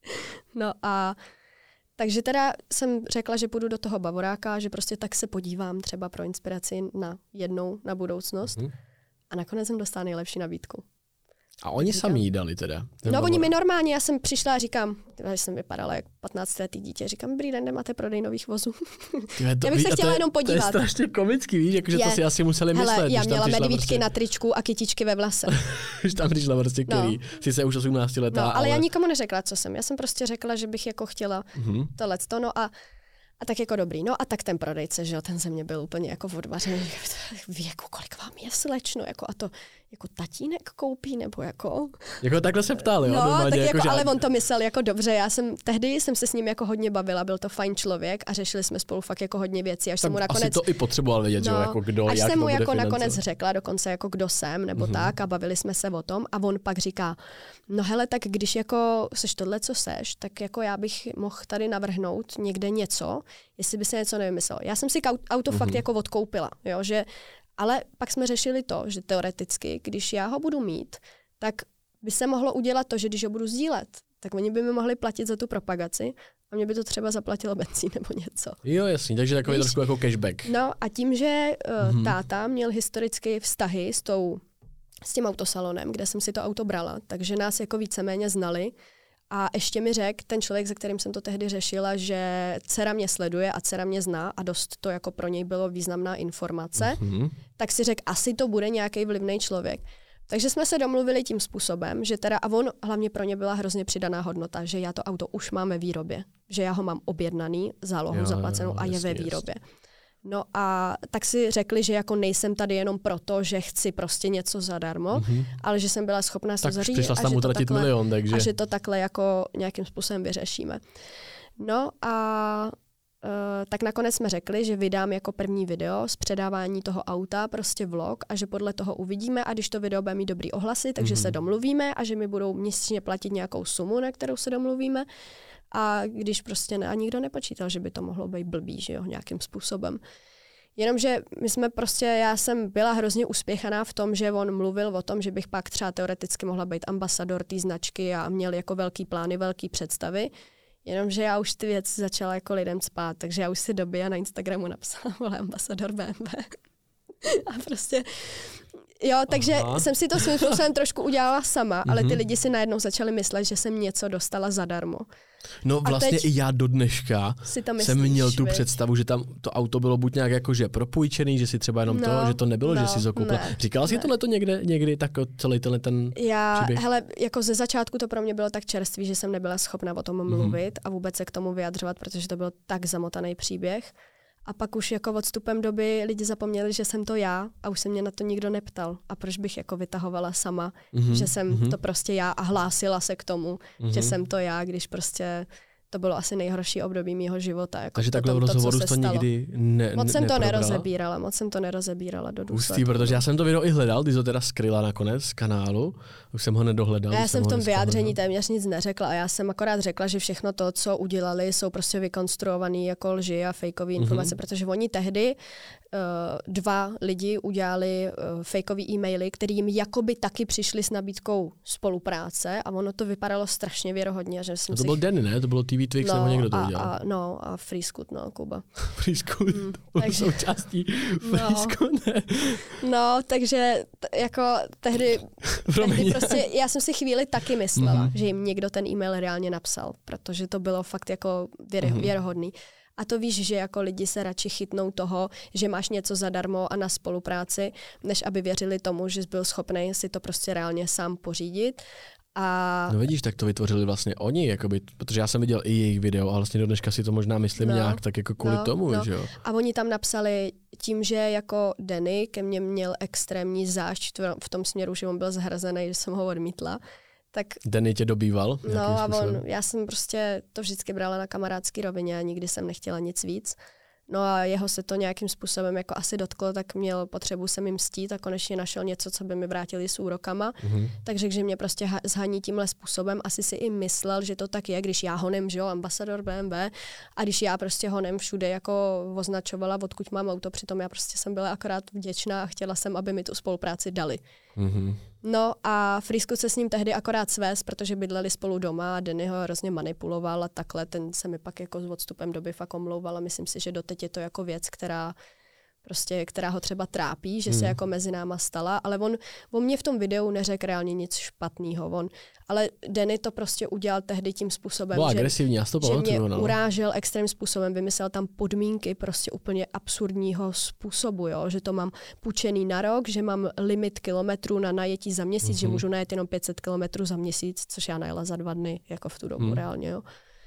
No a takže teda jsem řekla, že půjdu do toho bavoráka, že prostě tak se podívám třeba pro inspiraci na jednou, na budoucnost. Mhm. A nakonec jsem dostala nejlepší nabídku. A oni Říkám. sami jí dali teda. ten No oni bavorák. mi normálně, já jsem přišla a říkám, tyhle, že jsem vypadala jak patnáctiletý dítě, říkám, dobrý den, nemáte prodej nových vozů. Tyhle, to, Já bych se ví- a to chtěla je- jenom To je podívat. strašně komický, víš, jakože to Je. si asi museli myslet, Hele, já když tam měla přišla medvídky prostě, na tričku a kytičky ve vlase. když tam přišla prostě, No. který sice už osmnácti letá, No, ale já nikomu neřekla, co jsem. Já jsem prostě řekla, že bych jako chtěla Mhm. tohleto, no a A tak jako dobrý. No a tak ten prodejce, že jo, ten ze mě byl úplně jako odvařený. Ví, jako kolik vám je, slečno, jako a to jako tatínek koupí, nebo jako... Jako takhle se ptal, jo? No, normálně, tak jako, že- ale on to myslel jako dobře. Já jsem, tehdy jsem se s ním jako hodně bavila, byl to fajn člověk a řešili jsme spolu fakt jako hodně věcí, až tak jsem mu nakonec... asi to i potřeboval vědět, že jo, jako kdo, až jak jsem to mu bude jako nakonec financovat. řekla dokonce jako kdo jsem, nebo Mhm. tak, a bavili jsme se o tom a on pak říká, no hele, tak když jako seš tohle, co seš, tak jako já bych mohl tady navrhnout někde něco, jestli by se něco nevymyslel. Já jsem si kau- auto Mhm. fakt jako odkoupila, jo, že, ale pak jsme řešili to, že teoreticky, když já ho budu mít, tak by se mohlo udělat to, že když ho budu sdílet, tak oni by mi mohli platit za tu propagaci a mě by to třeba zaplatilo benzín nebo něco. Jo, jasný, takže takový Víš? trošku jako cashback. No a tím, že uh, Mhm. táta měl historicky vztahy s, tou, s tím autosalonem, kde jsem si to auto brala, takže nás jako víceméně znali. A ještě mi řekl ten člověk, se kterým jsem to tehdy řešila, že dcera mě sleduje a dcera mě zná a dost to jako pro něj bylo významná informace, Mhm. tak si řekl, asi to bude nějaký vlivný člověk. Takže jsme se domluvili tím způsobem, že teda, a on hlavně pro ně byla hrozně přidaná hodnota, že já to auto už mám ve výrobě, že já ho mám objednaný, zálohu Jo, zaplacenou jo, a je jasně, ve jasně. výrobě. No a tak si řekli, že jako nejsem tady jenom proto, že chci prostě něco zadarmo, Mhm. ale že jsem byla schopná se Tak zařídit přišla a jsi tam že, to utratit takhle, milion, takže... a že to takhle jako nějakým způsobem vyřešíme. No a tak nakonec jsme řekli, že vydám jako první video z předávání toho auta, prostě vlog a že podle toho uvidíme a když to video bude mít dobrý ohlasy, takže mm-hmm. se domluvíme a že mi budou měsíčně platit nějakou sumu, na kterou se domluvíme a když prostě ne, a nikdo nepočítal, že by to mohlo být blbý, že jo, nějakým způsobem. Jenomže my jsme prostě, já jsem byla hrozně uspěchaná v tom, že on mluvil o tom, že bych pak třeba teoreticky mohla být ambasador té značky a měl jako velký plány, velký představy. Jenomže já už ty věci začala jako lidem spát, takže já už si době na Instagramu napsala, vole, ambasador bé em vé. A prostě, jo, takže Aha. jsem si to svým způsobem trošku udělala sama, mm-hmm. ale ty lidi si najednou začali myslet, že jsem něco dostala zadarmo. No vlastně i já do dneška myslíš, jsem měl tu víc? představu, že tam to auto bylo buď nějak jakože propůjčený, že si třeba jenom no, to, že to nebylo, no, že si to koupila. Říkala jsi tohle to někde, někdy, tak celý tenhle ten Já, příběh? hele, jako ze začátku to pro mě bylo tak čerstvý, že jsem nebyla schopna o tom mm-hmm. mluvit a vůbec se k tomu vyjadřovat, protože to byl tak zamotaný příběh. A pak už jako odstupem doby lidi zapomněli, že jsem to já a už se mě na to nikdo neptal. A proč bych jako vytahovala sama, mm-hmm. že jsem mm-hmm. to prostě já a hlásila se k tomu, mm-hmm. že jsem to já, když prostě to bylo asi nejhorší období mýho života. Jako Takže takhle v rozhovoru to, to nikdy ne, Moc jsem to neprobrala? nerozebírala, moc jsem to nerozebírala do důsledku. Ustý, protože já jsem to video i hledal, když to teda skryla nakonec z kanálu, už jsem ho nedohledal. Já jsem v tom vyjádření téměř nic neřekla a já jsem akorát řekla, že všechno to, co udělali, jsou prostě vykonstruované jako lži a fejkové informace, mm-hmm. protože oni tehdy uh, dva lidi udělali uh, fejkové e-maily, které jim jakoby taky přišli s nabídkou spolupráce a ono to vypadalo strašně věrohodně. Že jsem no to si... byl Danny, ne? To bylo T V Twix, no, nebo někdo to a, udělal. A, no a Freescoot, no, Kuba. Freescoot, mm, to takže... součástí Freescoot, ne? No, takže t- jako tehdy, tehdy prostě, já jsem si chvíli taky myslela, mm-hmm. že jim někdo ten e-mail reálně napsal, protože to bylo fakt jako věr, mm-hmm. věrohodný. A to víš, že jako lidi se radši chytnou toho, že máš něco zadarmo a na spolupráci, než aby věřili tomu, že jsi byl schopný si to prostě reálně sám pořídit. A... No vidíš, tak to vytvořili vlastně oni, jakoby, protože já jsem viděl i jejich video a vlastně do dneška si to možná myslím no, nějak tak jako kvůli no, tomu, no. že jo. A oni tam napsali tím, že jako Danny ke mně měl extrémní zášť v tom směru, že on byl zhrazený, že jsem ho odmítla. Tak, Danny tě dobýval? No a on, já jsem prostě to vždycky brala na kamarádský rovině a nikdy jsem nechtěla nic víc. No a jeho se to nějakým způsobem jako asi dotklo, tak měl potřebu se mi mstít a konečně našel něco, co by mi vrátili s úrokama. Mm-hmm. Takže že mě prostě zhaní tímhle způsobem. Asi si i myslel, že to tak je, když já honem, že jo, ambasador bé em vé a když já prostě honem všude jako označovala, odkud mám auto, přitom já prostě jsem byla akorát vděčná a chtěla jsem, aby mi tu spolupráci dali. Mm-hmm. No a Freescoot se s ním tehdy akorát svést, protože bydleli spolu doma a Danny ho hrozně manipuloval a takhle, ten se mi pak jako s odstupem doby fakt omlouval a myslím si, že doteď je to jako věc, která prostě, která ho třeba trápí, že hmm. se jako mezi náma stala, ale on, on mě v tom videu neřekl reálně nic špatného. On, ale Danny to prostě udělal tehdy tím způsobem, no, že, agresivní, já to že mě no. urážel extrémním způsobem, vymyslel tam podmínky prostě úplně absurdního způsobu, jo? Že to mám půjčený na rok, že mám limit kilometrů na najetí za měsíc, mm-hmm. že můžu najet jenom pět set kilometrů za měsíc, což já najela za dva dny, jako v tu dobu mm. reálně, jo.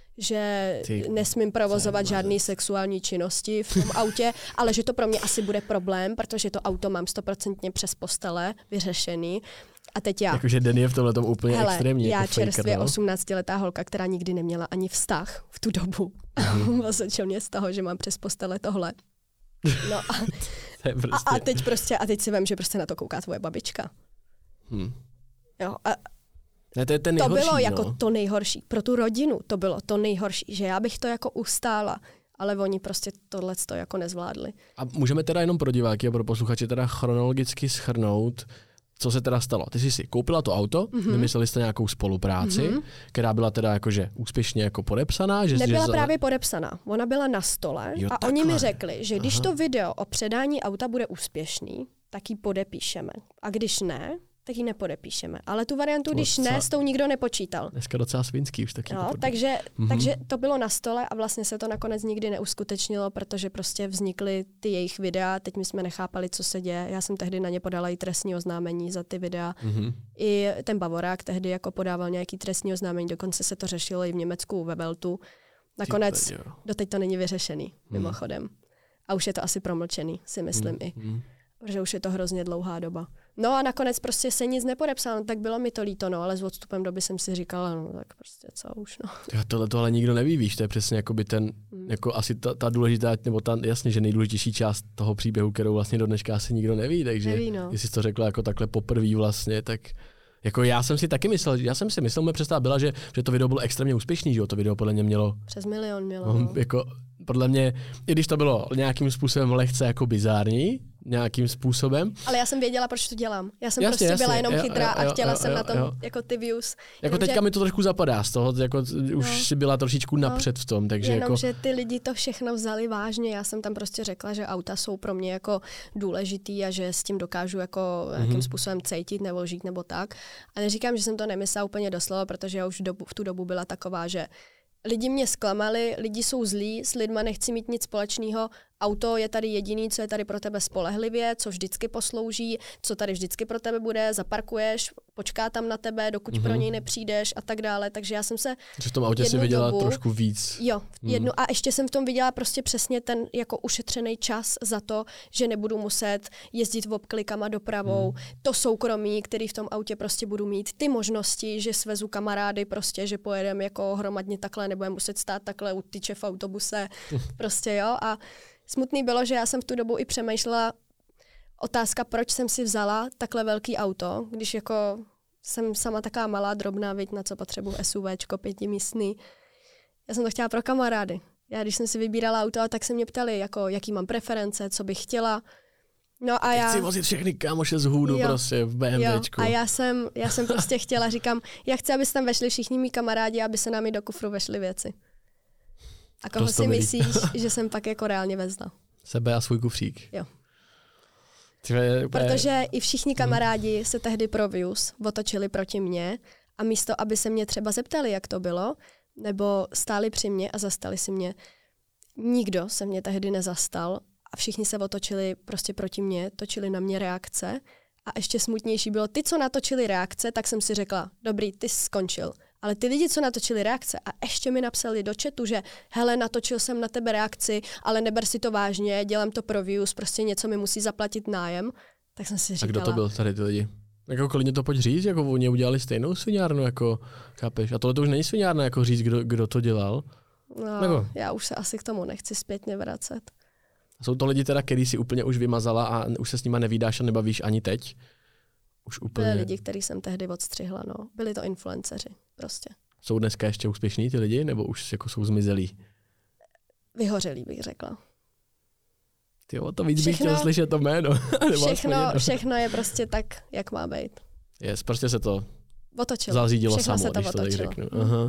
Že Ty, nesmím provozovat žádné sexuální činnosti v tom autě, ale že to pro mě asi bude problém, protože to auto mám stoprocentně přes postele vyřešený. A teď já. Jakože Den je v tomhle tom úplně hele, extrémně. Já jako čerstvě faker, no? osmnáctiletá holka, která nikdy neměla ani vztah v tu dobu. Mm. Začal mě z toho, že mám přes postele tohle. No a, prostě... a, a teď prostě, a teď si vím, že prostě na to kouká tvoje babička. Hmm. Jo, a ne, to je ten to nejhorší, bylo jako no. to nejhorší. Pro tu rodinu to bylo to nejhorší, že já bych to jako ustála, ale oni prostě tohleto jako nezvládli. A můžeme teda jenom pro diváky a pro posluchače teda chronologicky shrnout, co se teda stalo. Ty jsi si koupila to auto, mm-hmm. vymysleli jste nějakou spolupráci, mm-hmm. která byla teda jakože úspěšně jako podepsaná. Že Nebyla že právě podepsaná, ona byla na stole jo, a takhle. Oni mi řekli, že když Aha. to video o předání auta bude úspěšný, tak ji podepíšeme. A když ne, tak ji nepodepíšeme. Ale tu variantu, když docela, ne, s tou nikdo nepočítal. Dneska docela svinský už taky. No, takže, mm-hmm. takže to bylo na stole a vlastně se to nakonec nikdy neuskutečnilo, protože prostě vznikly ty jejich videa, teď my jsme nechápali, co se děje. Já jsem tehdy na ně podala i trestní oznámení za ty videa. Mm-hmm. I ten Bavorák tehdy jako podával nějaký trestní oznámení, dokonce se to řešilo i v Německu ve Weltu. Nakonec doteď to není vyřešený, mimochodem. A už je to asi promlčený, si myslím mm-hmm. i. Protože už je to hrozně dlouhá doba. No a nakonec prostě se nic nepodepsalo, tak bylo mi to líto, no, ale s odstupem doby jsem si říkala, no tak prostě co už, no. Tohle to ale nikdo neví, víš, to je přesně jakoby ten, hmm. jako asi ta, ta důležitá, nebo ta, jasně, že nejdůležitější část toho příběhu, kterou vlastně do dneška asi nikdo neví, takže neví, no. Jestli jsi to řekla jako takhle poprvé vlastně, tak jako já jsem si taky myslel, já jsem si myslel, moje představa byla, že, že to video bylo extrémně úspěšný, že jo, to video podle mě mělo přes milion mělo. No, no. Jako podle mě, i když to bylo nějakým způsobem lehce jako bizární, nějakým způsobem. Ale já jsem věděla, proč to dělám. Já jsem jasně, prostě jasně. byla jenom jo, chytrá jo, jo, a chtěla jo, jsem jo, na tom jo. jako ty views. Jako jenom, teďka že... mi to trošku zapadá z toho, jako no. už si byla trošičku napřed v tom, takže jenom, jako... že ty lidi to všechno vzali vážně. Já jsem tam prostě řekla, že auta jsou pro mě jako důležitý a že s tím dokážu jako mm-hmm. nějakým způsobem cítit nebo žít nebo tak. A neříkám, že jsem to nemyslela úplně doslova, protože já už v, dobu, v tu dobu byla taková, že lidi mě zklamali, lidi jsou zlí, s lidma nechci mít nic společného, auto je tady jediný, co je tady pro tebe spolehlivě, co vždycky poslouží, co tady vždycky pro tebe bude, zaparkuješ, počká tam na tebe, dokud mm-hmm. pro něj nepřijdeš a tak dále, takže já jsem se že v tom autě si viděla dobu, trošku víc. Jo, jednu, mm. a ještě jsem v tom viděla prostě přesně ten jako ušetřený čas za to, že nebudu muset jezdit obklikama dopravou, mm. to soukromí, který v tom autě prostě budu mít, ty možnosti, že svezu kamarády prostě, že pojedeme jako hromadně takhle, nebudeme muset stát takhle u tyče v autobuse, prostě jo, a smutný bylo, že já jsem v tu dobu i přemýšlela otázka, proč jsem si vzala takhle velký auto, když jako jsem sama taková malá, drobná, viď, na co potřebuji SUVčko, pětimístný. Já jsem to chtěla pro kamarády. Já když jsem si vybírala auto, tak se mě ptali, jako, jaký mám preference, co bych chtěla. No a já... Chci vozit všechny kámoše z hůdu jo, prostě v BMWčku. Jo, a já jsem, já jsem prostě chtěla, říkám, já chci, aby se tam vešli všichni mý kamarádi, aby se nám i do kufru vešly věci. A koho si myslíš, že jsem pak jako reálně vezla? Sebe a svůj kufřík. Jo. Úplně... Protože i všichni kamarádi se tehdy pro views otočili proti mně a místo, aby se mě třeba zeptali, jak to bylo, nebo stáli při mně a zastali si mě, nikdo se mě tehdy nezastal a všichni se otočili prostě proti mně, točili na mě reakce a ještě smutnější bylo, ty, co natočili reakce, tak jsem si řekla, dobrý, ty jsi skončil. Ale ty lidi, co natočili reakce a ještě mi napsali do chatu, že hele, natočil jsem na tebe reakci, ale neber si to vážně, dělám to pro views, prostě něco mi musí zaplatit nájem, tak jsem si říkala. A kdo to byl tady ty lidi? Jako klidně to pojď říct, jako oni udělali stejnou sviňárnu, jako chápeš? A tohle to už není sviňárna, jako říct, kdo, kdo to dělal? No, Nebo? Já už se asi k tomu nechci zpětně vracet. Jsou to lidi teda, který si úplně už vymazala a už se s nima nevídáš a nebavíš ani teď? Už úplně... Byli lidi, který jsem tehdy odstřihla, no. Byli to influenceři, prostě. Jsou dneska ještě úspěšní ty lidi, nebo už jako jsou zmizelí? Vyhořelí, bych řekla. Tyjo, to víc všechno, bych chtěl slyšet to jméno. všechno, všechno je prostě tak, jak má být. Yes, prostě se to otočilo. zařídilo všechno samo, se to když to tak otočilo. řeknu. Aha.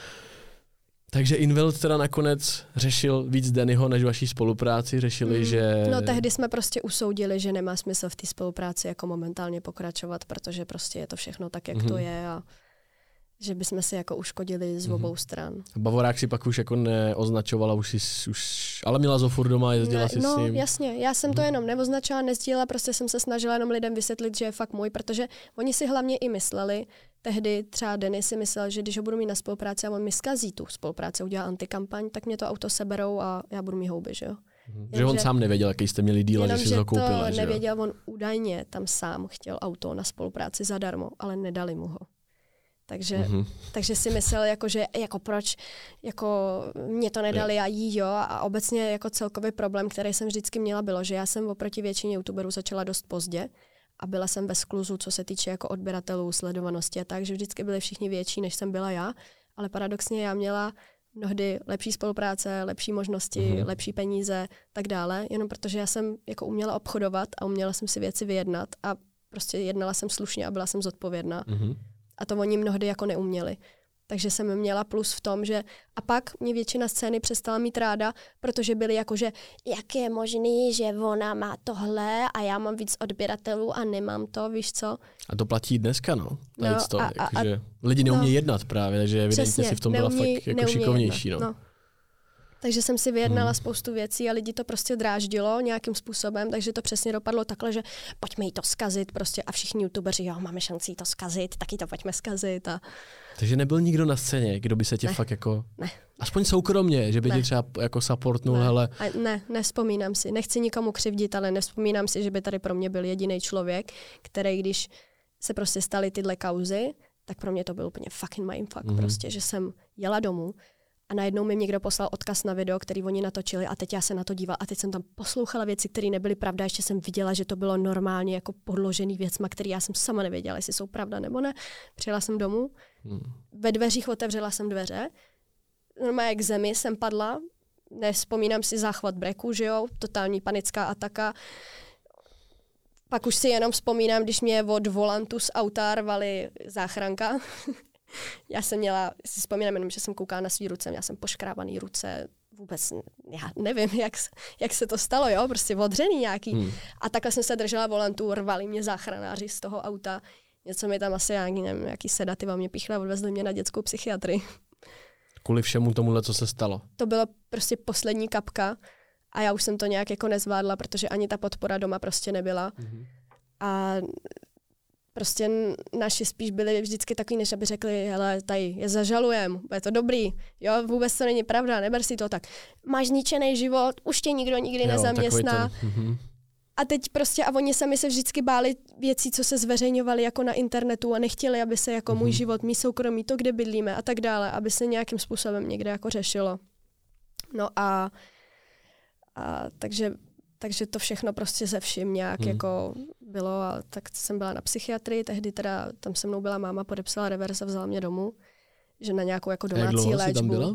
Takže Inveld teda nakonec řešil víc Dannyho než vaší spolupráci, řešili, mm. že... No tehdy jsme prostě usoudili, že nemá smysl v té spolupráci jako momentálně pokračovat, protože prostě je to všechno tak, jak mm. to je a že bychom si jako uškodili z obou mm. stran. Bavorák si pak už jako neoznačovala, už si, už, ale měla zo furt doma, jezdila ne, si no, s ním. No jasně, já jsem mm. to jenom neoznačila, nezdílela, prostě jsem se snažila jenom lidem vysvětlit, že je fakt můj, protože oni si hlavně i mysleli, tehdy třeba Danny si myslel, že když ho budu mít na spolupráci a on mi zkazí tu spolupráci, udělá antikampaň, tak mě to auto seberou a já budu mít houby, že jo. Mm. Že on sám nevěděl, jaký jste měli díl, že si to koupila, že nevěděl, on údajně tam sám chtěl auto na spolupráci zadarmo, ale nedali mu ho. Takže, mm-hmm. takže si myslel, jako, že jako proč jako mě to nedali a jí jo. A obecně jako celkový problém, který jsem vždycky měla, bylo, že já jsem oproti většině youtuberů začala dost pozdě a byla jsem ve skluzu, co se týče jako odběratelů, sledovanosti a tak, že vždycky byli všichni větší, než jsem byla já. Ale paradoxně já měla mnohdy lepší spolupráce, lepší možnosti, mm-hmm. lepší peníze, tak dále, jenom protože já jsem jako uměla obchodovat a uměla jsem si věci vyjednat a prostě jednala jsem slušně a byla jsem zodpovědná. Mm-hmm. A to oni mnohdy jako neuměli. Takže jsem měla plus v tom, že a pak mě většina scény přestala mít ráda, protože byli jako, že jak je možný, že ona má tohle a já mám víc odběratelů a nemám to, víš co? A to platí dneska, no. no to, a, jako, a, že lidi neumějí no, jednat právě, takže evidentně přesně, si v tom byla neuměj, fakt jako šikovnější. No. no. Takže jsem si vyjednala hmm. spoustu věcí a lidi to prostě dráždilo nějakým způsobem, takže to přesně dopadlo takhle, že pojďme jí to zkazit prostě a všichni youtubeři, jo, máme šanci jí to zkazit, taky to pojďme zkazit. A... Takže nebyl nikdo na scéně, kdo by se tě ne. fakt jako, ne. aspoň soukromně, že by ne. tě třeba jako supportnul, ne. hele. A ne, nevzpomínám si, nechci nikomu křivdit, ale nevzpomínám si, že by tady pro mě byl jediný člověk, který když se prostě staly tyhle kauzy, tak pro mě to byl úplně fucking mindfuck, mm-hmm. prostě, že jsem jela domů a najednou mi někdo poslal odkaz na video, který oni natočili a teď já se na to dívala a teď jsem tam poslouchala věci, které nebyly pravda, ještě jsem viděla, že to bylo normálně jako podložený věcma, které já jsem sama nevěděla, jestli jsou pravda nebo ne. Přijela jsem domů, mm. ve dveřích otevřela jsem dveře, normálně k zemi jsem padla, nevzpomínám si záchvat breku, že jo, totální panická ataka. Pak už si jenom vzpomínám, když mě od volantu z auta rvali záchranka. Já jsem měla, si vzpomínám jenom, že jsem koukala na svý ruce, měla jsem poškrábaný ruce, vůbec, já nevím, jak, jak se to stalo, jo, prostě odřený nějaký. Hmm. A takhle jsem se držela volantu, rvali mě záchranáři z toho auta. Něco mi tam asi, nějaký, nevím, jaký sedativa mě píchli a odvezli mě na dětskou psychiatrii. Kvůli všemu tomuhle, co se stalo? To bylo prostě poslední kapka a já už jsem to nějak jako nezvládla, protože ani ta podpora doma prostě nebyla. Hmm. A prostě naši spíš byli vždycky takový, než aby řekli, hele, tady je zažalujem, je to dobrý, jo, vůbec to není pravda, neber si to tak. Máš zničený život, už tě nikdo nikdy jo, nezaměstná. To, mm-hmm. A teď prostě, a oni sami se vždycky báli věcí, co se zveřejňovaly jako na internetu a nechtěli, aby se jako mm-hmm. můj život, mý soukromí, to, kde bydlíme a tak dále, aby se nějakým způsobem někde jako řešilo. No a, a takže... Takže to všechno prostě ze vším nějak hmm. jako bylo a tak jsem byla na psychiatrii, tehdy teda tam se mnou byla máma, podepsala revers a vzala mě domů, že na nějakou jako domácí léčbu. Jak tam byla?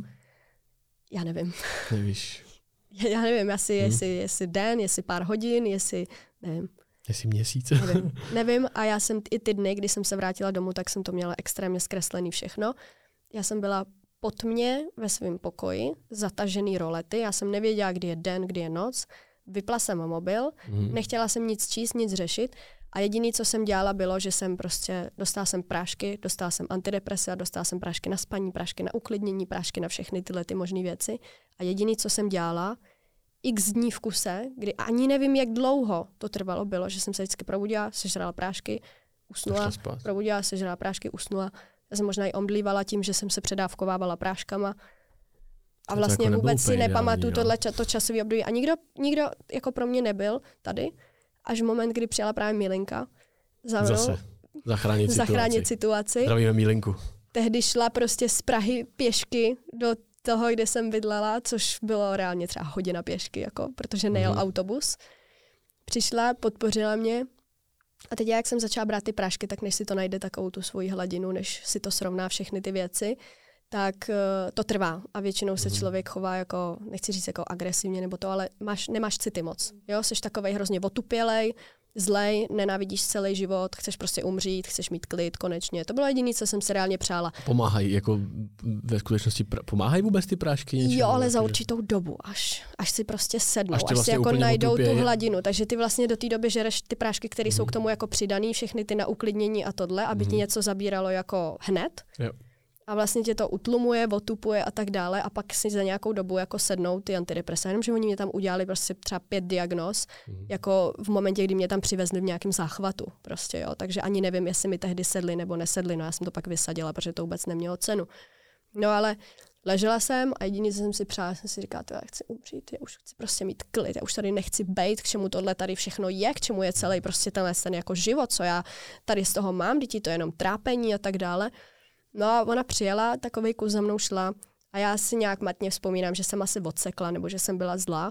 Já nevím. Nevíš? Já, já nevím, asi hmm. jestli, jestli den, jestli pár hodin, jestli, nevím. Jestli měsíc. Nevím. nevím a já jsem i ty dny, kdy jsem se vrátila domů, tak jsem to měla extrémně zkreslený všechno. Já jsem byla pod mě ve svém pokoji, zatažený rolety, já jsem nevěděla, kdy je den, kdy je noc. Vypla jsem mobil, hmm. nechtěla jsem nic číst, nic řešit a jediné, co jsem dělala, bylo, že jsem prostě, dostala jsem prášky, dostala jsem antidepresa, dostala jsem prášky na spaní, prášky na uklidnění, prášky na všechny tyhle ty možné věci a jediné, co jsem dělala, x dní v kuse, kdy ani nevím, jak dlouho to trvalo, bylo, že jsem se vždycky probudila, sežrala prášky, usnula, probudila, sežrala prášky, usnula. Já jsem možná i omdlívala tím, že jsem se předávkovávala práškama. A vlastně jako vůbec si nepamatuju tohle to časové období. A nikdo, nikdo jako pro mě nebyl tady, až v moment, kdy přijela právě Milinka za mnou. Zase zachránit situaci. Zachránit situaci. Zdravíme Milinku. Tehdy šla prostě z Prahy pěšky do toho, kde jsem bydlela, což bylo reálně třeba hodina pěšky, jako, protože nejel mm. autobus. Přišla, podpořila mě. A teď já, jak jsem začala brát ty prášky, tak než si to najde takovou tu svoji hladinu, než si to srovná všechny ty věci, tak uh, to trvá a většinou se člověk chová jako, nechci říct jako agresivně nebo to, ale máš, nemáš city moc. Jo, jsi takovej hrozně otupělej, zlej, nenávidíš celý život, chceš prostě umřít, chceš mít klid konečně. To bylo jediné, co jsem si reálně přála. Pomáhají, jako ve skutečnosti pr- pomáhají vůbec ty prášky? Něčemu, jo, ale jako, za určitou dobu, až, až si prostě sednou, až, až vlastně si jako najdou otupě, tu hladinu. Takže ty vlastně do té doby žereš ty prášky, které mm. jsou k tomu jako přidaný, všechny ty na uklidnění a tohle, aby mm. ti něco zabíralo jako hned. Jo. A vlastně tě to utlumuje, otupuje a tak dále a pak si za nějakou dobu jako sednou ty antidepresa. Jenomže oni mě tam udělali prostě třeba pět diagnóz, mm. jako v momentě, kdy mě tam přivezli v nějakém záchvatu. Prostě, jo. Takže ani nevím, jestli mi tehdy sedli nebo nesedli. No já jsem to pak vysadila, protože to vůbec nemělo cenu. No ale ležela jsem a jediný, co jsem si přála, jsem si říkala, já chci umřít, já už chci prostě mít klid, já už tady nechci bejt, k čemu tohle tady všechno je, k čemu je celý prostě tenhle ten jako život, co já tady z toho mám, děti to je jenom trápení a tak dále. No a ona přijela, takovej kus za mnou šla a já si nějak matně vzpomínám, že jsem asi odsekla nebo že jsem byla zlá.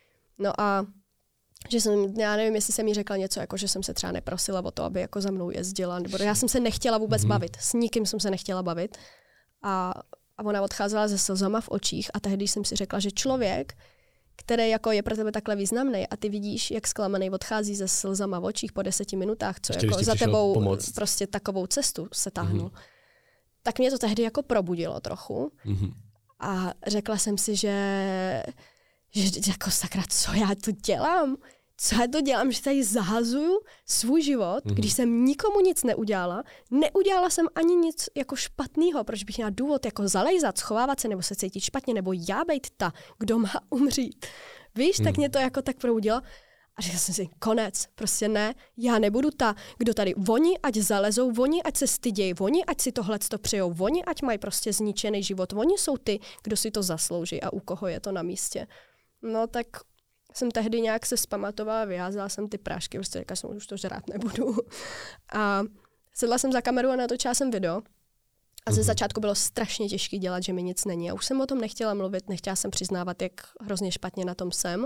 No a že jsem, já nevím, jestli jsem jí řekla něco, jako že jsem se třeba neprosila o to, aby jako za mnou jezdila, nebo já jsem se nechtěla vůbec mm-hmm. bavit, s nikým jsem se nechtěla bavit. A, a ona odcházela se slzama v očích a tehdy jsem si řekla, že člověk, který jako je pro tebe takhle významný a ty vidíš, jak zklamaný odchází se slzama v očích po deseti minutách, co ještě jako za tebou pomoct. Prostě takovou cestu se táhnul. Mm-hmm. Tak mě to tehdy jako probudilo trochu mm-hmm. a řekla jsem si, že, že jako sakra, co já tu dělám? co já to dělám, že tady zahazuju svůj život, mm-hmm. když jsem nikomu nic neudělala, neudělala jsem ani nic jako špatného, proč bych měla důvod jako zalejzat, schovávat se nebo se cítit špatně, nebo já bejt ta, kdo má umřít. Víš, mm. tak mě to jako tak proudilo. A říkala jsem si, konec, prostě ne, já nebudu ta, kdo tady, oni ať zalezou, oni ať se stydějí, oni ať si tohleto přijou, oni ať mají prostě zničený život, oni jsou ty, kdo si to zaslouží a u koho je to na místě. No tak jsem tehdy nějak se zpamatovala, vyházela jsem ty prášky, prostě říkala jsem, už to žrát nebudu. A sedla jsem za kameru a natočila jsem video. A ze začátku bylo strašně těžké dělat, že mi nic není. A už jsem o tom nechtěla mluvit, nechtěla jsem přiznávat, jak hrozně špatně na tom jsem.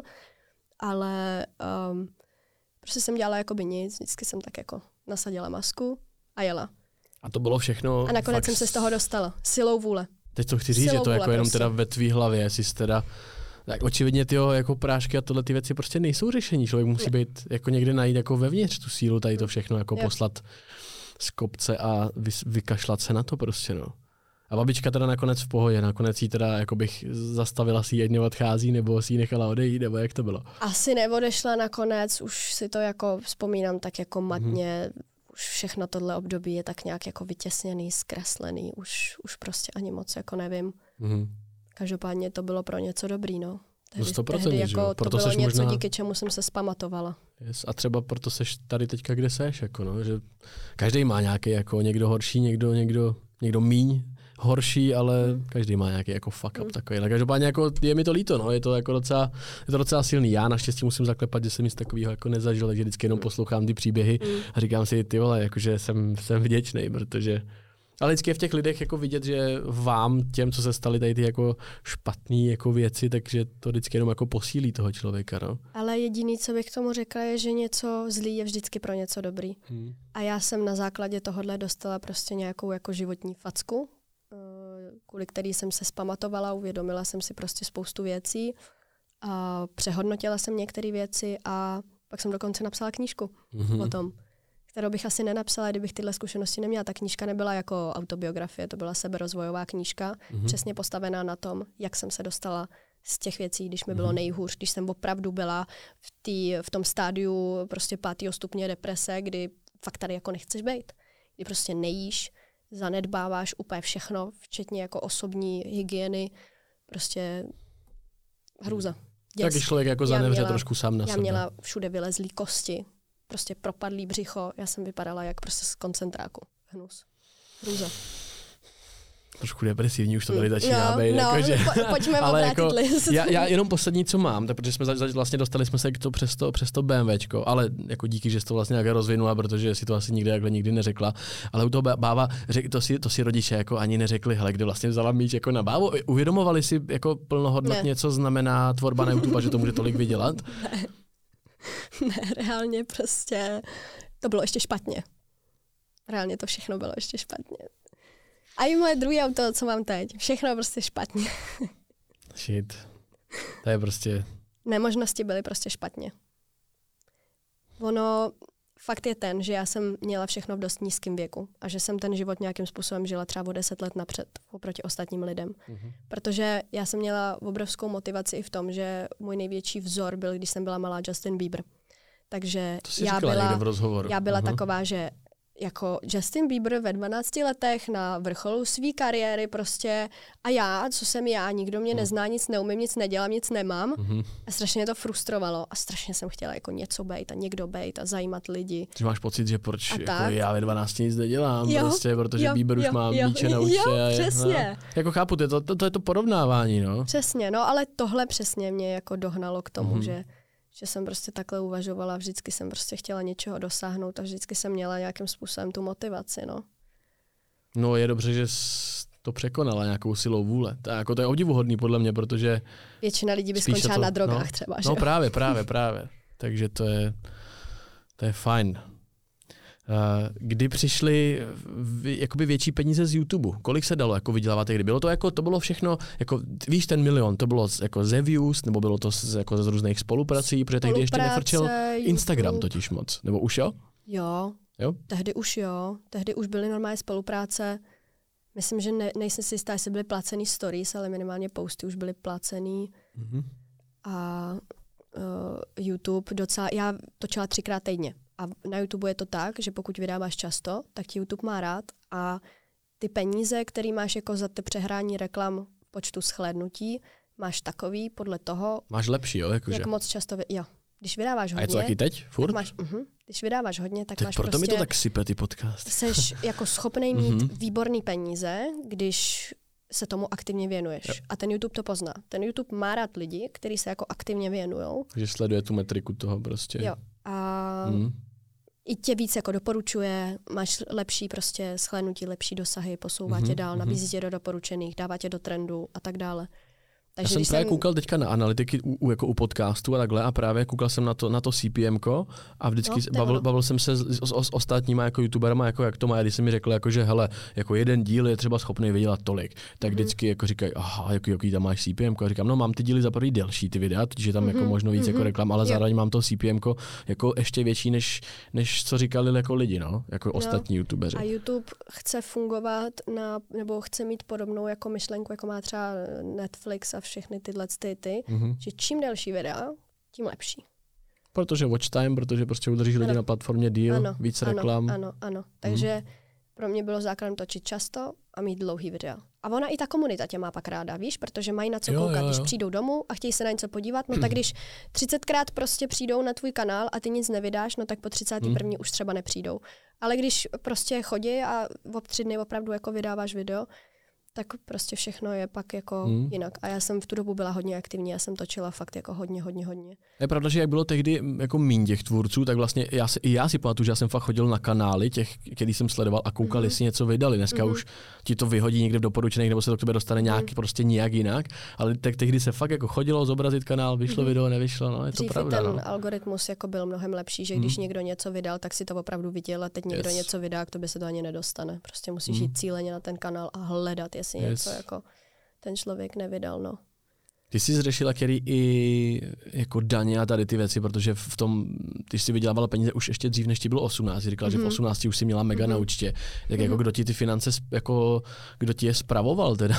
Ale um, prostě jsem dělala jakoby nic, vždycky jsem tak jako nasadila masku a jela. A to bylo všechno. A nakonec fakt... jsem se z toho dostala. Silou vůle. Teď to chci říct, Silou že to jako prostě. jenom teda ve tvý hlavě, jestli jsi teda... Tak očividně tyjo, jako prášky a tohle ty věci prostě nejsou řešení. Člověk musí být jako někde najít jako vevnitř tu sílu tady to všechno jako jo. poslat z kopce a vy, vykašlat se na to prostě, no. A babička teda nakonec v pohodě, nakonec jí teda jako bych zastavila si jí, neodchází, nebo si ji nechala odejít, nebo jak to bylo? Asi neodešla nakonec, už si to jako vzpomínám tak jako matně, hmm. už všechno tohle období je tak nějak jako vytěsněný, zkreslený, už, už prostě ani moc jako nevím. Hmm. Každopádně to bylo pro něco dobrý, no. Tehdy, sto procent, tehdy jako to bylo něco, možná... díky čemu jsem se zpamatovala. Yes. A třeba proto seš tady teďka, kde seš, jako no, že každý má nějaký jako někdo horší, někdo, někdo, někdo míň horší, ale mm. každý má nějaký jako fuck up mm. takový. No, každopádně jako je mi to líto, no, je to jako docela, je to docela silný. Já naštěstí musím zaklepat, že jsem nic takového jako nezažil, že vždycky jenom poslouchám ty příběhy mm. a říkám si, ty vole, jakože jsem, jsem vděčný, protože ale vždycky je v těch lidech jako vidět, že vám, těm, co se staly tady ty jako špatný jako věci, takže to vždycky jenom jako posílí toho člověka, no. Ale jediný, co bych k tomu řekla, je, že něco zlý je vždycky pro něco dobrý. Hmm. A já jsem na základě tohohle dostala prostě nějakou jako životní facku, kvůli který jsem se zpamatovala, uvědomila jsem si prostě spoustu věcí a přehodnotila jsem některé věci a pak jsem dokonce napsala knížku hmm. o tom, kterou bych asi nenapsala, kdybych tyhle zkušenosti neměla. Ta knížka nebyla jako autobiografie, to byla seberozvojová knížka, mm-hmm. přesně postavená na tom, jak jsem se dostala z těch věcí, když mi bylo mm-hmm. nejhůř, když jsem opravdu byla v, tý, v tom stádiu prostě pátého stupně deprese, kdy fakt tady jako nechceš být. Kdy prostě nejíš, zanedbáváš úplně všechno, včetně jako osobní hygieny, prostě hrůza. Yes. Tak člověk jako zanevře trošku sám na já sebe. Já měla všude vylezlý kosti, prostě propadlý břicho, já jsem vypadala jak prostě z koncentráku. Hnus. Hrůza. Trošku depresivní už to tady začíná no, být. No, jako, že, po, pojďme ale obrátit jako, list. Já, já jenom poslední, co mám, tak protože jsme za, za, vlastně dostali jsme se k to přes to, přes to BMWčko, ale jako díky, že jsi to vlastně nějak rozvinula, protože si to asi nikdy takhle nikdy neřekla. Ale u toho báva, řek, to, si, to si rodiče jako ani neřekli, hele, kde vlastně vzala míč jako na bávu. Uvědomovali si jako plnohodnotně, ne. co znamená tvorba na YouTube, že to může tolik vydělat? Ne. Ne, reálně prostě to bylo ještě špatně. Reálně to všechno bylo ještě špatně. A i moje druhé auto, co mám teď, všechno prostě špatně. Shit. To je prostě... Nemožnosti byly prostě špatně. Ono, fakt je ten, že já jsem měla všechno v dost nízkém věku a že jsem ten život nějakým způsobem žila třeba o deset let napřed oproti ostatním lidem. Mm-hmm. Protože já jsem měla obrovskou motivaci i v tom, že můj největší vzor byl, když jsem byla malá, Justin Bieber. Takže já byla, já byla uh-huh. taková, že jako Justin Bieber ve dvanácti letech na vrcholu své kariéry prostě a já, co jsem já, nikdo mě nezná, nic neumím, nic nedělám, nic nemám uh-huh. a strašně mě to frustrovalo a strašně jsem chtěla jako něco bejt a někdo bejt a zajímat lidi. Ty máš pocit, že proč jako já ve dvanácti nic nedělám, jo, prostě, protože jo, Bieber jo, už má jo, míče na uši. Jo, a je, přesně. No, jako chápu, to je to, to, to je to porovnávání, no. Přesně, no ale tohle přesně mě jako dohnalo k tomu, uh-huh. že že jsem prostě takhle uvažovala, vždycky jsem prostě chtěla něčeho dosáhnout a vždycky jsem měla nějakým způsobem tu motivaci, no. No je dobře, že jsi to překonala nějakou silou vůle. To je, jako, to je obdivuhodný podle mě, protože... Většina lidí by skončila to, na drogách no, třeba, že? No právě, právě, právě. Takže to je, to je fajn. Kdy přišly jakoby větší peníze z YouTube? Kolik se dalo jako vydělávat tehdy? Bylo to jako, to bylo všechno, jako víš ten milion, to bylo jako ze views, nebo bylo to z, jako z různých spoluprací, protože tehdy ještě nefrčel Instagram totiž moc, nebo už jo? Jo, jo? Tehdy už jo, tehdy už byly normální spolupráce, myslím, že ne, nejsem si jistá, jestli byly placený stories, ale minimálně posty už byly placený mm-hmm. a YouTube docela, já točila třikrát týdně. A na YouTube je to tak, že pokud vydáváš často, tak ti YouTube má rád a ty peníze, které máš jako za ty přehrání reklam počtu shlédnutí, máš takový podle toho, máš lepší, jo? Jakože. Jak moc často, vy... jo. Když vydáváš hodně... A je to taky teď? Furt? Máš, uh-huh, když vydáváš hodně, tak, tak máš proto prostě... mi to tak sype, ty podcast. Seš jako schopnej mít uh-huh. výborný peníze, když se tomu aktivně věnuješ. Jo. A ten YouTube to pozná. Ten YouTube má rád lidi, kteří se jako aktivně věnujou. Že sleduje tu metriku toho prostě. Jo. A uh-huh. i tě víc jako doporučuje, máš lepší prostě shlédnutí, lepší dosahy, posouvá uh-huh. tě dál, nabízí tě do doporučených, dává tě do trendu a tak dále. Takže já jsem právě jsem... koukal teďka na analytiky u, u, jako u podcastu a takhle a právě koukal jsem na to, na to C P M ko a vždycky no, bavil, bavil jsem se s, s, s ostatníma jako youtuberama, jako jak to má, když jsem mi řekl, jako, že hele, jako jeden díl je třeba schopný vydělat tolik, tak mm. vždycky jako říkají, aha, jaký, jaký tam máš C P M ko a říkám, no mám ty díly za první delší ty videa, protože tam mm-hmm. jako možno víc mm-hmm. jako reklam, ale zároveň mám to C P M ko jako ještě větší, než, než co říkali jako lidi, no, jako no. ostatní youtubeři. A YouTube chce fungovat na, nebo chce mít podobnou jako myšlenku, jako má třeba Netflix a všechny tyhle ty, ty mm-hmm. že čím delší videa, tím lepší. Protože watch time, protože prostě udržíš lidi na platformě díl, ano, víc ano, reklam. Ano, ano. Takže mm. pro mě bylo základem točit často a mít dlouhý videa. A ona i ta komunita tě má pak ráda, víš, protože mají na co jo, koukat. Jo, jo. Když přijdou domů a chtějí se na něco podívat, no tak když třicetkrát prostě přijdou na tvůj kanál a ty nic nevydáš, no tak po třicáté první mm. už třeba nepřijdou. Ale když prostě chodí a v tři dny opravdu jako vydáváš video, tak prostě všechno je pak jako hmm. jinak. A já jsem v tu dobu byla hodně aktivní, já jsem točila fakt jako hodně, hodně, hodně. Je pravda, že jak bylo tehdy jako míň těch tvůrců, tak vlastně já si, i já si pamatuju, že já jsem fakt chodil na kanály těch, který jsem sledoval a koukal, jestli mm-hmm. něco vydali. Dneska mm-hmm. už ti to vyhodí někde v doporučených, nebo se to k tebe dostane nějak mm-hmm. prostě nějak jinak. Ale tak tehdy se fakt jako chodilo zobrazit kanál, vyšlo mm-hmm. video, nevyšlo, no je to Dřív pravda. ten no. algoritmus jako byl mnohem lepší, že když mm-hmm. někdo něco vydal, tak si to opravdu viděl a teď někdo yes. něco vydá, k tobě se to ani nedostane. Prostě musíš mm-hmm. jít cíleně na ten kanál a hledat, jestli yes. něco jako ten člověk nevydal, no. Ty jsi řešila, který i jako daně a tady ty věci, protože v tom, ty jsi vydělávala peníze už ještě dřív, než ti bylo osmnáct. Jsi říkala, mm-hmm. že v osmnácti už jsi měla mega mm-hmm. na účtě. Tak mm-hmm. jako kdo ti ty finance, jako kdo ti je spravoval teda?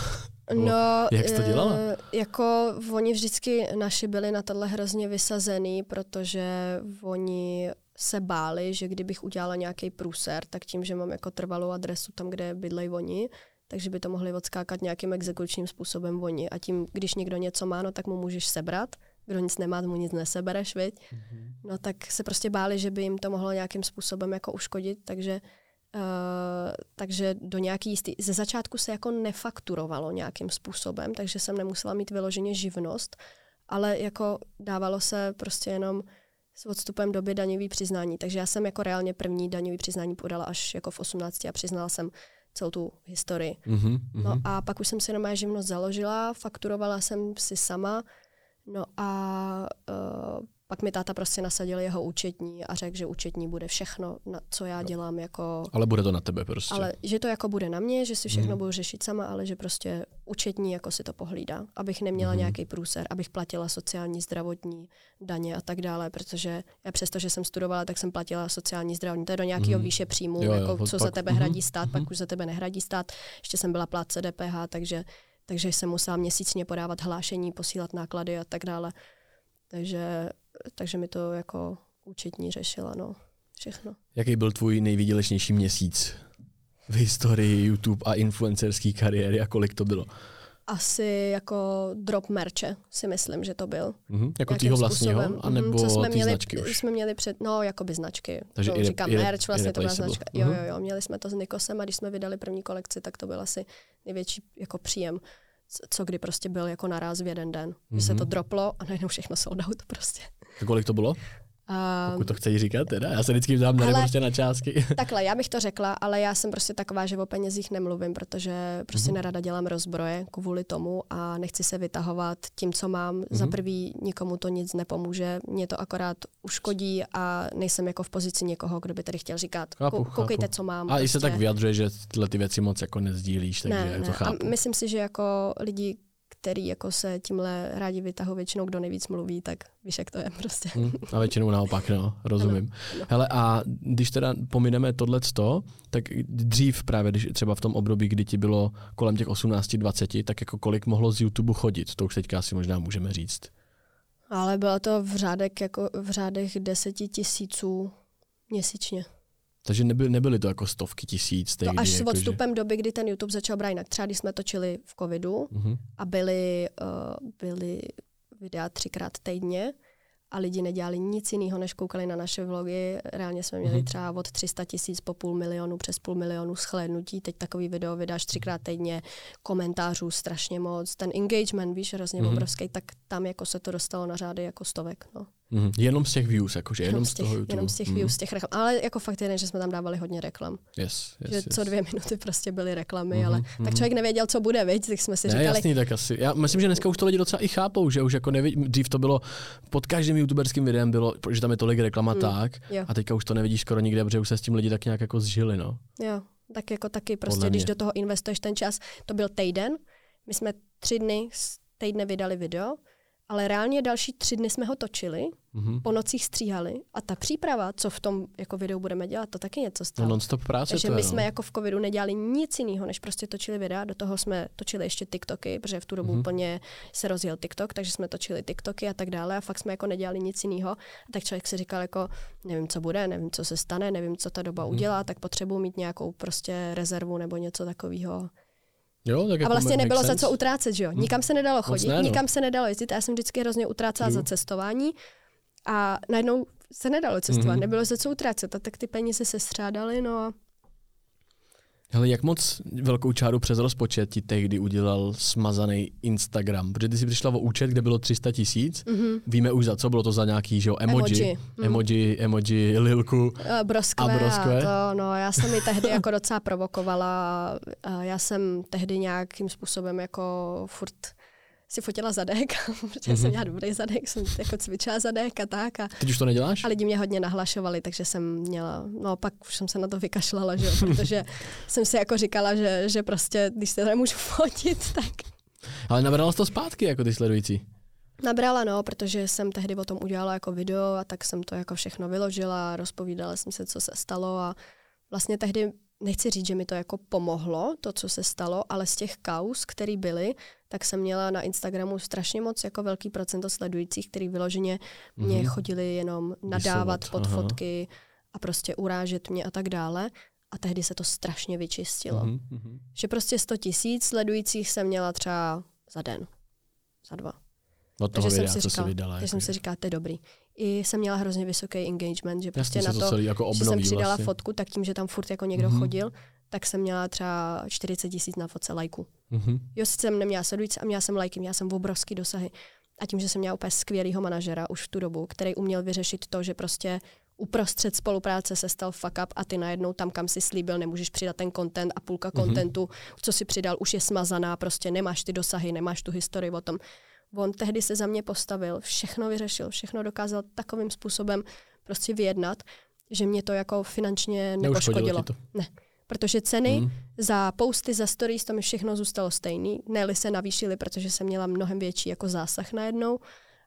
No, jak jsi to dělala? E, jako oni vždycky naši byli na tohle hrozně vysazený, protože oni se báli, že kdybych udělala nějaký průser, tak tím, že mám jako trvalou adresu tam, kde bydlejí oni, takže by to mohli odskákat nějakým exekučním způsobem oni. A tím, když někdo něco má, no tak mu můžeš sebrat. Kdo nic nemá, mu nic nesebereš, viď? Mm-hmm. No tak se prostě báli, že by jim to mohlo nějakým způsobem jako uškodit, takže, uh, takže do nějaký jistý... Ze začátku se jako nefakturovalo nějakým způsobem, takže jsem nemusela mít vyloženě živnost, ale jako dávalo se prostě jenom s odstupem doby daňový přiznání. Takže já jsem jako reálně první daňový přiznání podala až jako v osmnácti a přiznala jsem celou tu historii. Mm-hmm. No a pak už jsem si na moje živnost založila, fakturovala jsem si sama, no a uh, pak mi táta prostě nasadil jeho účetní a řekl, že účetní bude všechno, na co já dělám jako... Ale bude to na tebe prostě. Ale že to jako bude na mě, že si všechno mm. budu řešit sama, ale že prostě účetní jako si to pohlídá, abych neměla mm. nějaký průser, abych platila sociální, zdravotní, daně a tak dále, protože já přesto, že jsem studovala, tak jsem platila sociální, zdravotní, to je do nějakého mm. výše příjmu, jo, jako, jo, co pak, za tebe mm. hradí stát, mm. pak už za tebe nehradí stát, ještě jsem byla plátce D P H, takže, takže jsem musela měsíčně podávat hlášení, posílat náklady a tak dále. Takže takže mi to jako účetní řešila, no, všechno. Jaký byl tvůj nejvýdělečnější měsíc v historii YouTube a influencerské kariéry a kolik to bylo? Asi jako drop merče, si myslím, že to byl. Mm-hmm. Jako tvýho vlastního? A nebo co jsme ty měli, značky už? Jsme měli před, no, jakoby značky. Takže to i říkám re, merch, vlastně to byla značka. Jo, mm-hmm. jo, jo, měli jsme to s Nikosem a když jsme vydali první kolekci, tak to byl asi největší jako příjem, co kdy prostě byl jako naraz v jeden den. Když mm-hmm. se to droplo a najednou všechno sold out prostě. A kolik to bylo? Um, Pokud to chceš říkat teda, já se vždycky vzdám tady prostě na částky. Takhle, já bych to řekla, ale já jsem prostě taková, že o penězích nemluvím, protože prostě mm-hmm. nerada dělám rozbroje kvůli tomu a nechci se vytahovat tím, co mám. Mm-hmm. Za prvý nikomu to nic nepomůže, mě to akorát uškodí a nejsem jako v pozici někoho, kdo by tady chtěl říkat, chápu, koukejte, chápu. co mám. A prostě. i se tak vyjadřuje, že tyhle ty věci moc jako nezdílíš, takže ne, to ne. chápu. A myslím si, že jako lidi, který jako se tímhle rádi vytahují, většinou kdo nejvíc mluví, tak víš, jak to je prostě. Hmm, a většinou naopak, no, rozumím. Ano, ano. Hele, a když teda pomineme tohleto, tak dřív právě, když třeba v tom období, kdy ti bylo kolem těch osmnáct dvacet, tak jako kolik mohlo z YouTube chodit? To už teďka asi možná můžeme říct. Ale bylo to v řádech, jako v řádech deseti tisíců měsíčně. Takže nebyly, nebyly to jako stovky tisíc tehdy. To až s jako odstupem že... doby, kdy ten YouTube začal brát jinak. Třeba když jsme točili v covidu uh-huh. a byly, uh, byly videa třikrát týdně a lidi nedělali nic jiného, než koukali na naše vlogy. Reálně jsme měli uh-huh. třeba od tři sta tisíc po půl milionu, přes půl milionu shlédnutí. Teď takový video vydáš třikrát týdně, komentářů strašně moc. Ten engagement, víš, hrozně uh-huh. obrovský, tak tam jako se to dostalo na řády jako stovek. No. Mm, jenom z těch views, jakože jenom, jenom z, těch, z toho YouTube. Jenom z těch mm. views, z těch reklam. Ale jako fakt je, že jsme tam dávali hodně reklam. Yes, yes, že yes. co dvě minuty prostě byly reklamy, mm-hmm, ale mm-hmm. tak člověk nevěděl, co bude, viď? Tak jsme si ne, říkali... jasný, tak asi. Já myslím, že dneska už to lidi docela i chápou, že už jako nevidí, dřív to bylo, pod každým youtuberským videem bylo, že tam je tolik reklama mm, tak jo. a teďka už to nevidíš skoro nikde, protože už se s tím lidi tak nějak jako zžili, no. Jo, tak jako taky prostě, když do toho investuješ ten čas, to byl týden, my jsme tři dny z týdne vydali video, ale reálně další tři dny jsme ho točili, mm-hmm. po nocích stříhali a ta příprava, co v tom jako videu budeme dělat, to taky něco stálo. No non-stop práce. Takže to my je, jsme no. jako v covidu nedělali nic jiného, než prostě točili videa, do toho jsme točili ještě TikToky, protože v tu dobu mm-hmm. úplně se rozjel TikTok, takže jsme točili TikToky a tak dále a fakt jsme jako nedělali nic jiného. A tak člověk si říkal jako, nevím, co bude, nevím, co se stane, nevím, co ta doba mm-hmm. udělá, tak potřebuji mít nějakou prostě rezervu nebo něco takového. Jo, tak a vlastně jako nebylo sense. za co utrácet, že jo? Nikam se nedalo chodit, ne, no. nikam se nedalo jezdit. Já jsem vždycky hrozně utrácela za cestování a najednou se nedalo cestovat, mm-hmm. nebylo za co utrácet. A tak ty peníze se střádaly, no a... Hele, jak moc velkou čáru přes rozpočet ti tehdy udělal smazaný Instagram? Protože ty jsi přišla o účet, kde bylo tři sta tisíc. Mm-hmm. Víme už za co, bylo to za nějaký, že jo, emoji, emoji, mm. emoji, emoji, Lilku broskve a broskve. A to, no, já jsem ji tehdy jako docela provokovala. A já jsem tehdy nějakým způsobem jako furt si fotila zadek, protože mm-hmm. jsem měla dobrý zadek, jsem jako cvičila zadek a tak. A, teď už to neděláš? A lidi mě hodně nahlašovali, takže jsem měla, no pak už jsem se na to vykašlala, že jo, protože jsem si jako říkala, že, že prostě, když se to nemůžu fotit, tak... Ale nabrala jsi to zpátky jako ty sledující? Nabrala, no, protože jsem tehdy o tom udělala jako video a tak jsem to jako všechno vyložila, rozpovídala jsem se, co se stalo a vlastně tehdy nechci říct, že mi to jako pomohlo, to, co se stalo, ale z těch kauz, které byly, tak jsem měla na Instagramu strašně moc jako velký procento sledujících, který vyloženě mě mm-hmm. chodili jenom nadávat Vysovat, pod aha. fotky a prostě urážet mě a tak dále. A tehdy se to strašně vyčistilo. Mm-hmm. Že prostě sto tisíc sledujících jsem měla třeba za den, za dva. Od toho takže videa, jsem si co říkala, jsi vydala. takže jako jsem si říkala, to je dobrý. I jsem měla hrozně vysoký engagement, že prostě Jasně, na to, to jako obnoví, že jsem přidala vlastně. fotku, tak tím, že tam furt jako někdo mm-hmm. chodil, tak jsem měla třeba čtyřicet tisíc na fotce lajků. Mm-hmm. Jo, sice jsem neměla sledující a měla jsem lajky, měla jsem obrovský dosahy. A tím, že jsem měla úplně skvělýho manažera už v tu dobu, který uměl vyřešit to, že prostě uprostřed spolupráce se stal fuck up a ty najednou tam, kam si slíbil, nemůžeš přidat ten content a půlka mm-hmm. contentu, co si přidal, už je smazaná, prostě nemáš ty dosahy, nemáš tu historii o tom. On tehdy se za mě postavil, všechno vyřešil, všechno dokázal takovým způsobem prostě vyjednat, že mě to jako finančně nepoškodilo. Ne, protože ceny mm. za posty, za stories, to mi všechno zůstalo stejný. Ne-li se navýšily, protože jsem měla mnohem větší jako zásah najednou.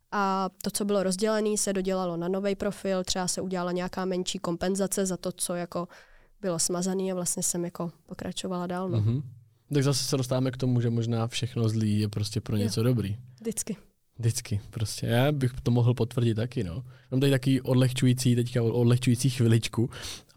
A to, co bylo rozdělené, se dodělalo na nový profil, třeba se udělala nějaká menší kompenzace za to, co jako bylo smazané a vlastně jsem jako pokračovala dál. No. Mm-hmm. Tak zase se dostáváme k tomu, že možná všechno zlý je prostě pro něco jo. dobrý. Vždycky. Vždycky, prostě. Já bych to mohl potvrdit taky, no. Mám tady taky odlehčující, teďka odlehčující chviličku.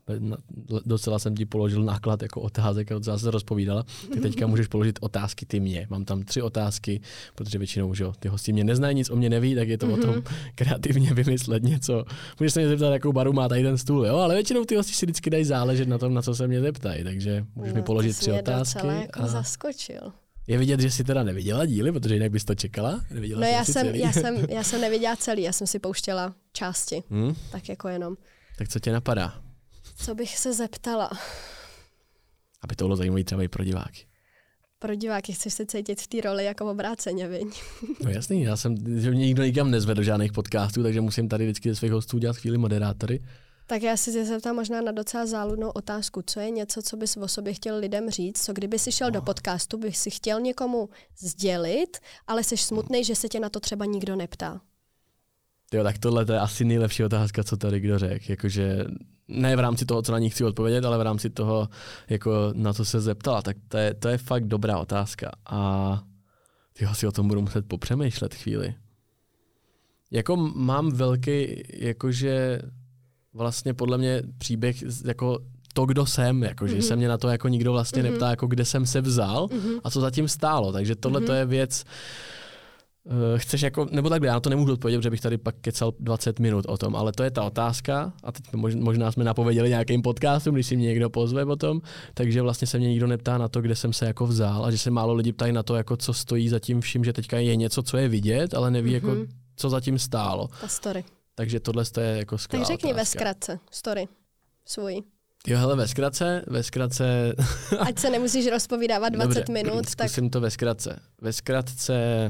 Docela jsem ti položil náklad jako otázek a docela se rozpovídala. Tak teďka můžeš položit otázky ty mě. Mám tam tři otázky, protože většinou, že ty hosti mě neznají, nic o mě neví, tak je to mm-hmm. o tom kreativně vymyslet něco. Můžeš se mě zeptat, jakou baru má tady ten stůl, jo? Ale většinou ty hosti si vždycky dají záležet na tom, na co se mě zeptají. Takže můžeš no, mi položit tři otázky. Jako a... zaskočil. Je vidět, že jsi teda neviděla díly, protože jinak bys to čekala. Neviděla no já jsem, celý. já, jsem, já jsem neviděla celý, já jsem si pouštěla části. Hmm? Tak jako jenom. Tak co tě napadá? Co bych se zeptala? Aby to bylo zajímavé třeba i pro diváky. Pro diváky chceš se cítit v té roli jako obráceně, viď? No jasný, já jsem, že mě nikdo nikam nezve do žádných podcastů, takže musím tady vždycky ze svých hostů dělat chvíli moderátory. Tak já si se zeptám možná na docela záludnou otázku. Co je něco, co bys o sobě chtěl lidem říct? Co kdyby si šel oh. do podcastu, bys si chtěl někomu sdělit, ale jsi smutnej, že se tě na to třeba nikdo neptá? Jo, tak tohle to je asi nejlepší otázka, co tady kdo řekl. Jakože ne v rámci toho, co na ní chci odpovědět, ale v rámci toho, jako na co se zeptala. Tak to je, to je fakt dobrá otázka. A já si o tom budu muset popřemýšlet chvíli. Jako mám velký, jakože vlastně podle mě příběh jako to, kdo jsem, jakože mm-hmm. se mě na to jako nikdo vlastně mm-hmm. neptá, jako kde jsem se vzal mm-hmm. a co zatím stálo. Takže tohle mm-hmm. to je věc, uh, chceš jako, nebo takhle, já na to nemůžu odpovědět, protože bych tady pak kecal dvacet minut o tom, ale to je ta otázka a teď možná jsme napověděli nějakým podcastům, když si mě někdo pozve potom, takže vlastně se mě nikdo neptá na to, kde jsem se jako vzal a že se málo lidí ptají na to, jako co stojí za tím vším, že teďka je něco, co je vidět, ale neví, mm-hmm. jako, co zatím stálo. Ta story. Takže tohle je jako skvělá Tak řekni otázka. Ve zkratce story svůj. Jo, hele, ve zkratce, ve zkratce... Ať se nemusíš rozpovídávat dvacet Dobře, minut. zkusím tak... to ve zkratce. Ve zkratce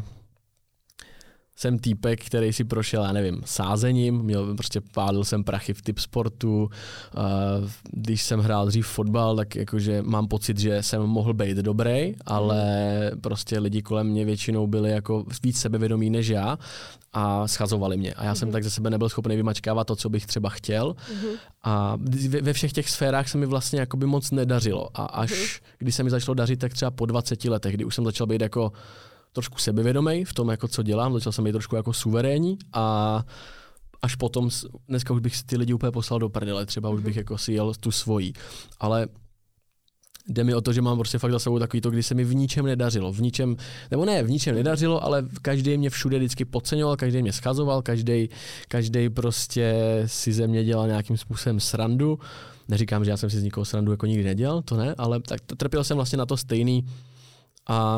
jsem týpek, který si prošel, já nevím, sázením, měl, prostě pálil jsem prachy v typ sportu, uh, když jsem hrál dřív fotbal, tak jakože mám pocit, že jsem mohl být dobrý, ale prostě lidi kolem mě většinou byli jako víc sebevědomí než já a schazovali mě. A já jsem mm-hmm. tak ze sebe nebyl schopný vymačkávat to, co bych třeba chtěl. Mm-hmm. A ve všech těch sférách se mi vlastně jakoby moc nedařilo. A až mm-hmm. když se mi začalo dařit, tak třeba po dvaceti letech, kdy už jsem začal být jako trošku sebevědomý v tom, jako co dělám, začal jsem být trošku jako suverénní a až potom, dneska už bych si ty lidi úplně poslal do prdele, třeba už bych jako si jel tu svojí, ale jde mi o to, že mám prostě fakt za sebou takový to, kdy se mi v ničem nedařilo, v ničem, nebo ne, v ničem nedařilo, ale každý mě všude vždycky podceňoval, každý mě schazoval, každý, každý prostě si ze mě dělal nějakým způsobem srandu. Neříkám, že já jsem si z nikoho srandu jako nikdy nedělal, to ne, ale tak trpěl jsem vlastně na to stejný a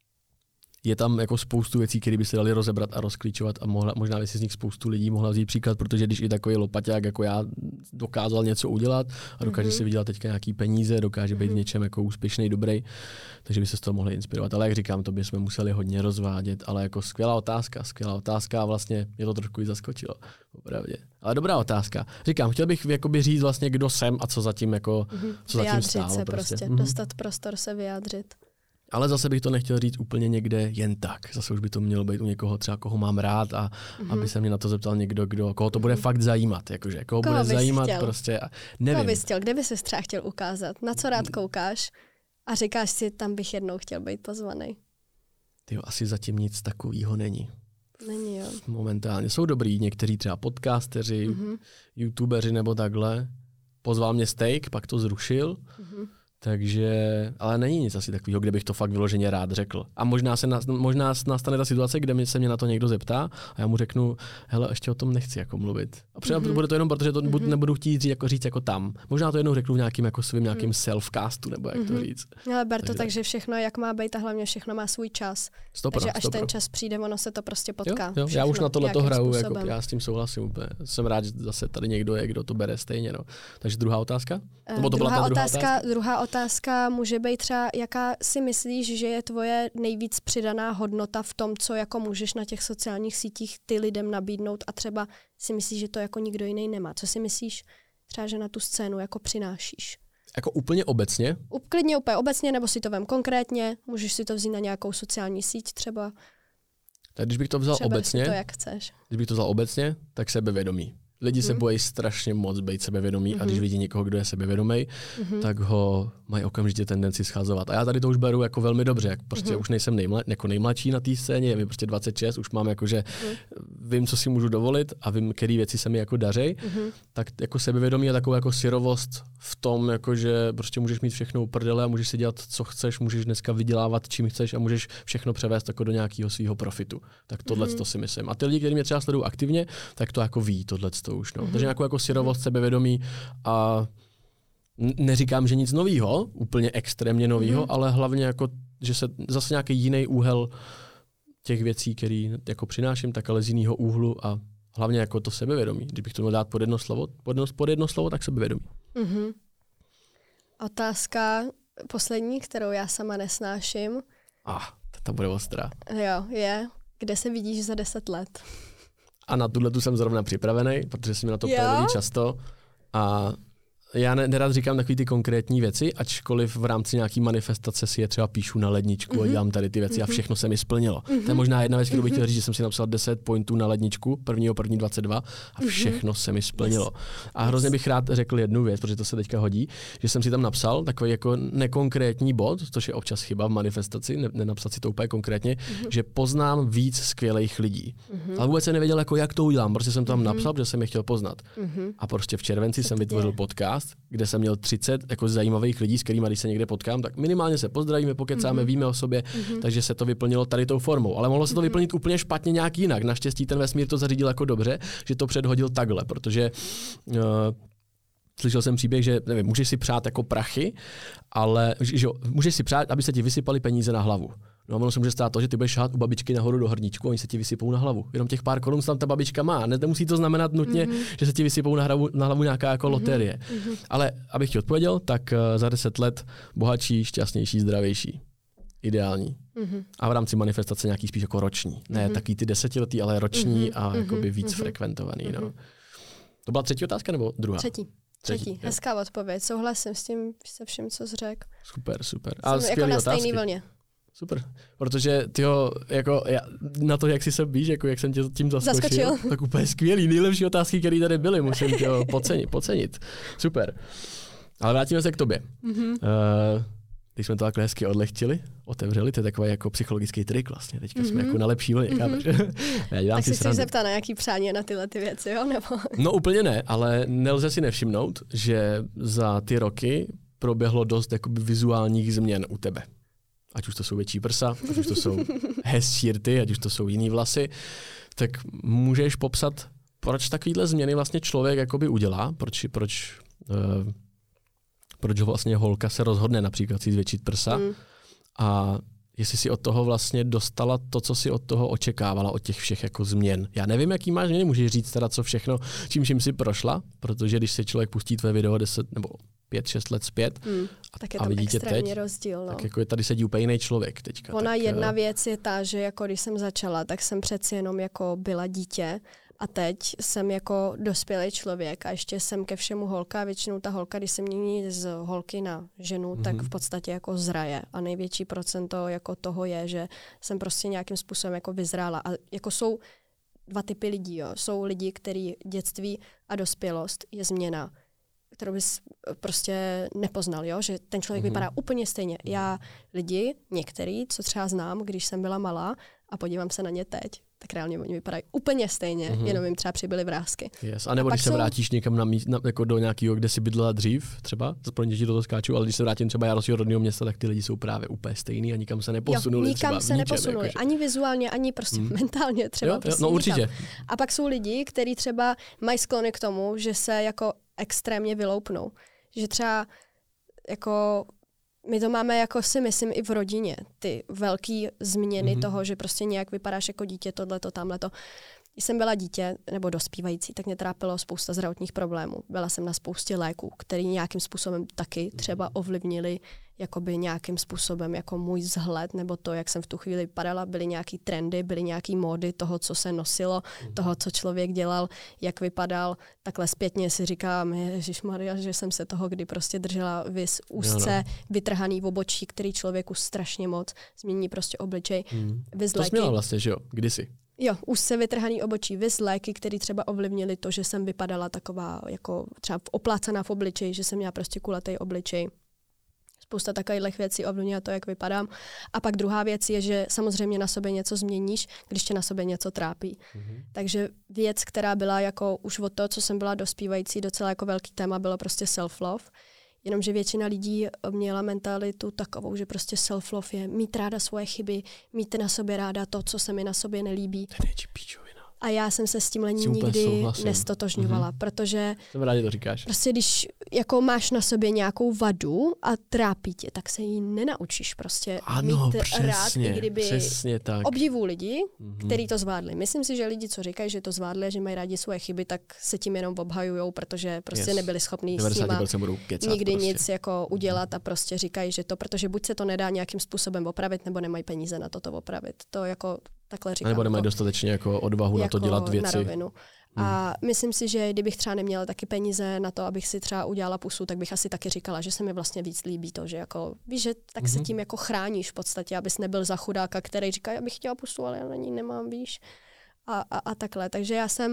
je tam jako spoustu věcí, které by se dali rozebrat a rozklíčovat a mohla, možná by si z nich spoustu lidí mohla vzít příklad, protože když i takový lopaťák jako já dokázal něco udělat a dokáže mm-hmm. si vydělat teďka nějaký peníze, dokáže být mm-hmm. v něčem jako úspěšný, dobrý, takže by se z toho mohli inspirovat. Ale jak říkám, to bychom museli hodně rozvádět, ale jako skvělá otázka, skvělá otázka a vlastně mě to trošku i zaskočilo, opravdu. Ale dobrá otázka. Říkám, chtěl bych jakoby říct vlastně, kdo jsem a co zatím jako, mm-hmm. co zatím stálo. se prostě, prostě. Mm-hmm. dostat prostor se vyjádřit. Ale zase bych to nechtěl říct úplně někde jen tak. Zase už by to mělo být u někoho třeba, koho mám rád a mm-hmm. aby se mě na to zeptal někdo, kdo, koho to bude mm-hmm. fakt zajímat. Jakože, koho, koho bude zajímat chtěl? Prostě. A nevím. Koho bys chtěl? Kde bys se třeba chtěl ukázat? Na co rád koukáš? A říkáš si, tam bych jednou chtěl být pozvaný. Tyjo, asi zatím nic takového není. Není, jo. Momentálně. Jsou dobrý někteří třeba podcasteři, mm-hmm. youtubeři nebo takhle. Pozval mě Steak, pak to zrušil. Mm-hmm. Takže, ale není nic asi takového, kde bych to fakt vyloženě rád řekl. A možná se na, možná nastane ta situace, kde se mě na to někdo zeptá a já mu řeknu, hele, ještě o tom nechci jako mluvit. A třeba mm-hmm. bude to jenom, protože to mm-hmm. nebudu chtít říct jako, říct jako tam. Možná to jednou řeknu v nějakým jako svým nějakým mm-hmm. self-castu, nebo jak mm-hmm. to říct. Ale ber to tak, že všechno, jak má být a hlavně všechno má svůj čas. Stopro, Takže až stopro. ten čas přijde, ono se to prostě potká. Jo, jo. Já už na tohle to hraju, jako, já s tím souhlasím úplně. Jsem rád, že zase tady někdo je, kdo to bere stejně. No. Takže druhá otázka? Uh, druhá, druhá otázka, otázka? Druhá otázka může být třeba, jaká si myslíš, že je tvoje nejvíc přidaná hodnota v tom, co jako můžeš na těch sociálních sítích ty lidem nabídnout a třeba si myslíš, že to jako nikdo jiný nemá. Co si myslíš třeba, že na tu scénu jako přinášíš? Jako úplně obecně? Klidně úplně obecně, nebo si to vem konkrétně, můžeš si to vzít na nějakou sociální síť třeba. Tak když bych to vzal třeba obecně, to, jak chceš. Když bych to vzal obecně, tak sebevědomí. Lidi se mm. bojí strašně moc být sebevědomí mm-hmm. a když vidí někoho, kdo je sebevědomý, mm-hmm. tak ho mají okamžitě tendenci schazovat. A já tady to už beru jako velmi dobře. Jak prostě mm-hmm. už nejsem nejmla, jako nejmladší na té scéně, je mi prostě dvacet šest, už mám jako, že mm. vím, co si můžu dovolit a vím, které věci se mi jako daří. Mm-hmm. Tak jako sebevědomí je takovou jako syrovost v tom, jako, že prostě můžeš mít všechno u prdele a můžeš si dělat, co chceš, můžeš dneska vydělávat, čím chceš a můžeš všechno převést jako do nějakého svého profitu. Tak tohle mm-hmm. to si myslím. A ty lidi, kteří mě třeba sledují aktivně, tak to jako ví, tohle to už. No. Mm-hmm. Takže nějakou jako syrovost, sebevědomí a neříkám, že nic novýho, úplně extrémně novýho, mm-hmm. ale hlavně jako, že se zase nějaký jiný úhel těch věcí, který jako přináším, tak ale z jiného úhlu a hlavně jako to sebevědomí. Kdybych to měl dát pod jedno slovo, pod jedno, pod jedno slovo, tak sebevědomí. Mm-hmm. Otázka poslední, kterou já sama nesnáším. Ah, to bude ostrá. Jo, je, kde se vidíš za deset let? A na tuhle tu jsem zrovna připravený, protože se mi na to ptali často. A já nerad říkám takový ty konkrétní věci, ačkoliv v rámci nějaký manifestace si je třeba píšu na ledničku mm-hmm. a dělám tady ty věci mm-hmm. a všechno se mi splnilo. Mm-hmm. To je možná jedna věc, kterou bych chtěl říct, že jsem si napsal deset pointů na ledničku, prvního první dvacet dva a všechno mm-hmm. se mi splnilo. Yes. A hrozně bych rád řekl jednu věc, protože to se teďka hodí, že jsem si tam napsal takový jako nekonkrétní bod, což je občas chyba v manifestaci, ne, nenapsat si to úplně konkrétně, mm-hmm. že poznám víc skvělých lidí. Mm-hmm. Ale vůbec jsem nevěděl, jako jak to udělám, prostě jsem to tam mm-hmm. napsal, protože jsem je chtěl poznat. Mm-hmm. A prostě v červenci jsem vytvořil podcast, kde jsem měl třicet jako zajímavých lidí, s kterými když se někde potkám, tak minimálně se pozdravíme, pokecáme, mm-hmm. víme o sobě, mm-hmm. takže se to vyplnilo tady tou formou. Ale mohlo se to vyplnit úplně špatně nějak jinak. Naštěstí ten vesmír to zařídil jako dobře, že to předhodil takhle, protože uh, slyšel jsem příběh, že nevím, můžeš si přát jako prachy, ale že, že můžeš si přát, aby se ti vysypaly peníze na hlavu. No a ono se může stát to, že ty budeš šát u babičky nahoru do hrníčku a oni se ti vysypou na hlavu. Jenom těch pár korun tam ta babička má. Ne, nemusí to znamenat nutně, mm-hmm. že se ti vysypou na hlavu, na hlavu nějaká jako mm-hmm. loterie. Mm-hmm. Ale abych ti odpověděl, tak uh, za deset let bohatší, šťastnější, zdravější. Ideální. Mm-hmm. A v rámci manifestace nějaký spíš jako roční. Ne mm-hmm. taky ty desetiletý, ale roční mm-hmm. a jakoby víc mm-hmm. frekventovaný. Mm-hmm. No. To byla třetí otázka nebo druhá? Třetí. Třetí. Třetí. Hezká odpověď. Souhlasím s tím, se vším, co jsi řekl. Super, super. A jsem jako na stejný vlně. Super, protože tyho, jako já, na to, jak jsi se víš, jako jak jsem tě tím zaskočil, Zaskočil. tak úplně skvělý, nejlepší otázky, které tady byly, musím tě pocenit, pocenit. Super. Ale vrátíme se k tobě. Mm-hmm. Uh, když jsme to takhle hezky odlehčili, otevřeli, to je takový jako psychologický trik vlastně, teďka mm-hmm. jsme jako na lepší vlně. Mm-hmm. Já tak si chceš zeptat na nějaký přání na tyhle ty věci, jo? Nebo? No úplně ne, ale nelze si nevšimnout, že za ty roky proběhlo dost jakoby vizuálních změn u tebe. Ať už to jsou větší prsa, ať už to jsou hezčí rty, ať už to jsou jiný vlasy, tak můžeš popsat, proč takovýhle změny vlastně člověk jakoby udělá, proč, proč, uh, proč vlastně holka se rozhodne například si zvětšit prsa mm. a jestli si od toho vlastně dostala to, co si od toho očekávala, od těch všech jako změn. Já nevím, jaký máš změny, můžeš říct teda, co všechno, čím čím si prošla, protože když se člověk pustí tvé video deset nebo pět, šest let zpět mm, a, tak je tam extrémně rozdíl. No. Tak jako je tady sedí úplně jiný člověk teďka. Ona tak, jedna věc je ta, že jako když jsem začala, tak jsem přeci jenom jako byla dítě a teď jsem jako dospělý člověk a ještě jsem ke všemu holka. Většinou ta holka, když se mění z holky na ženu, mm-hmm. tak v podstatě jako zraje. A největší procento jako toho je, že jsem prostě nějakým způsobem jako vyzrála. A jako jsou dva typy lidí. Jo. Jsou lidi, kteří dětství a dospělost je změna, kterou bys prostě nepoznal, jo? Že ten člověk mm-hmm. vypadá úplně stejně. Já lidi, některý, co třeba znám, když jsem byla malá a podívám se na ně teď, tak reálně oni vypadají úplně stejně, mm-hmm. jenom jim třeba přibyly vrásky. Yes. A nebo a když se jsou... vrátíš někam na, míst, na jako do nějakého, kde jsi bydlela dřív, třeba, pro děti do toho skáču, ale když se vrátím třeba já do svého rodného města, tak ty lidi jsou právě úplně stejný a nikam se neposunuli. Jo, nikam třeba, se ničem, neposunuli, jakože... ani vizuálně, ani prostě mm. mentálně třeba. Jo, prostě jo, no určitě. Nikam. A pak jsou lidi, kteří třeba mají sklony k tomu, že se jako extrémně vyloupnou. Že třeba jako my to máme jako si myslím i v rodině, ty velký změny mm-hmm. toho, že prostě nějak vypadáš jako dítě, tohleto, tamhleto. Když jsem byla dítě nebo dospívající, tak mě trápilo spousta zdravotních problémů. Byla jsem na spoustě léků, které nějakým způsobem taky třeba ovlivnili jakoby nějakým způsobem jako můj vzhled nebo to, jak jsem v tu chvíli vypadala. Byly nějaký trendy, byly nějaký módy toho, co se nosilo, toho, co člověk dělal, jak vypadal. Takhle zpětně si říkám, ježišmarja, že jsem se toho kdy prostě držela vys úzce, no, no. vytrhaný v obočí, který člověku strašně moc změní prostě obličej. Hmm. To jsi měla vlastně, že jo? Kdysi? Jo, úzce vytrhaný obočí, vys léky, které třeba ovlivnily to, že jsem vypadala taková jako třeba oplácaná v obličeji, že jsem měla prostě kulatý obličej. Spousta takových věcí ovlivňuje to, jak vypadám. A pak druhá věc je, že samozřejmě na sobě něco změníš, když tě na sobě něco trápí. Mm-hmm. Takže věc, která byla jako už od toho, co jsem byla dospívající, docela jako velký téma, bylo prostě self-love. Jenomže většina lidí měla mentalitu takovou, že prostě self-love je mít ráda svoje chyby, mít na sobě ráda to, co se mi na sobě nelíbí. A já jsem se s tímhle nikdy nestotožňovala, mm-hmm. protože jsem rád, že to říkáš. Prostě když jako máš na sobě nějakou vadu a trápí tě, tak se ji nenaučíš prostě ano, mít přesně, rád, i kdyby přesně tak. Obdivuju lidi, mm-hmm. kteří to zvládli. Myslím si, že lidi, co říkají, že to zvládli a že mají rádi svoje chyby, tak se tím jenom obhajujou, protože prostě yes. nebyli schopní s nima nikdy prostě. nic jako udělat a prostě říkají, že to, protože buď se to nedá nějakým způsobem opravit, nebo nemají peníze na to to opravit. To jako takhle říkám. A nebo nemají dostatečně jako odvahu jako na to dělat věci. Na rovinu. A myslím si, že kdybych třeba neměla taky peníze na to, abych si třeba udělala pusu, tak bych asi taky říkala, že se mi vlastně víc líbí to, že jako, víš, že tak mm-hmm. se tím jako chráníš v podstatě, abys nebyl za chudáka, který říká, já bych chtěla pusu, ale já na ní nemám, víš. A, a, a takhle. Takže já jsem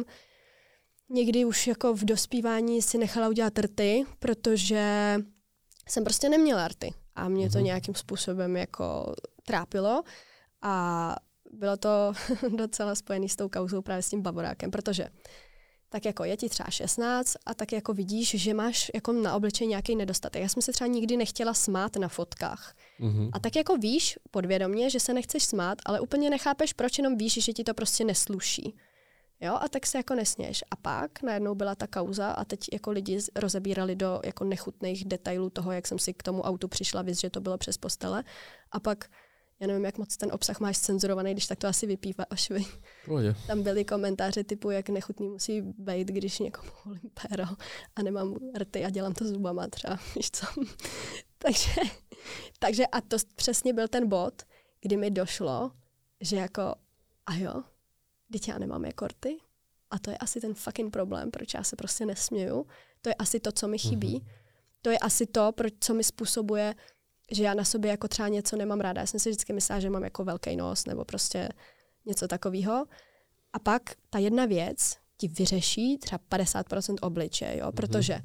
někdy už jako v dospívání si nechala udělat rty, protože jsem prostě neměla rty. A mě to mm-hmm. nějakým způsobem jako trápilo. A bylo to docela spojené s tou kauzou právě s tím bavorákem, protože tak jako je ti třeba šestnáct a tak jako vidíš, že máš jako na obličeji nějaký nedostatek. Já jsem se třeba nikdy nechtěla smát na fotkách. Mm-hmm. A tak jako víš podvědomě, že se nechceš smát, ale úplně nechápeš, proč, jenom víš, že ti to prostě nesluší. Jo, a tak se jako nesměš. A pak najednou byla ta kauza a teď jako lidi rozebírali do jako nechutných detailů toho, jak jsem si k tomu autu přišla, víc, že to bylo přes postele. A pak já nevím, jak moc ten obsah máš cenzurovaný, když tak to asi vypíváš. Tam byly komentáře typu, jak nechutný musí být, když někomu holím péro a nemám rty a dělám to zubama třeba, víš co. takže, takže a to přesně byl ten bod, kdy mi došlo, že jako, a jo, teď já nemám jako rty a to je asi ten fucking problém, proč já se prostě nesměju. To je asi to, co mi chybí. Mm-hmm. To je asi to, proč, co mi způsobuje, že já na sobě jako třeba něco nemám ráda. Já jsem si vždycky myslela, že mám jako velký nos nebo prostě něco takového. A pak ta jedna věc ti vyřeší třeba padesát procent obličeje, jo? Protože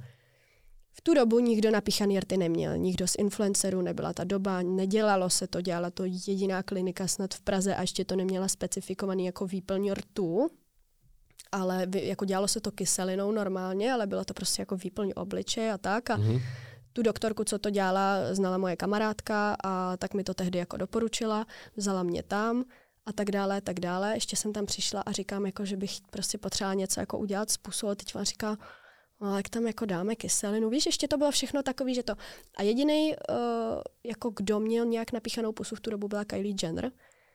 v tu dobu nikdo napíchaný rty neměl. Nikdo z influencerů, nebyla ta doba, nedělalo se to, dělala to jediná klinika snad v Praze a ještě to neměla specifikovaný jako výplň rtů. Ale jako dělalo se to kyselinou normálně, ale bylo to prostě jako výplň obličeje a tak. A mm-hmm. tu doktorku, co to dělala, znala moje kamarádka a tak mi to tehdy jako doporučila, vzala mě tam a tak dále, tak dále. Ještě jsem tam přišla a říkám, jako, že bych prostě potřebovala něco jako udělat z pusu a teď vám říká, no, jak tam jako dáme kyselinu. Víš, ještě to bylo všechno takový, že to... A jedinej, uh, jako kdo měl nějak napíchanou pusu v tu dobu, byla Kylie Jenner.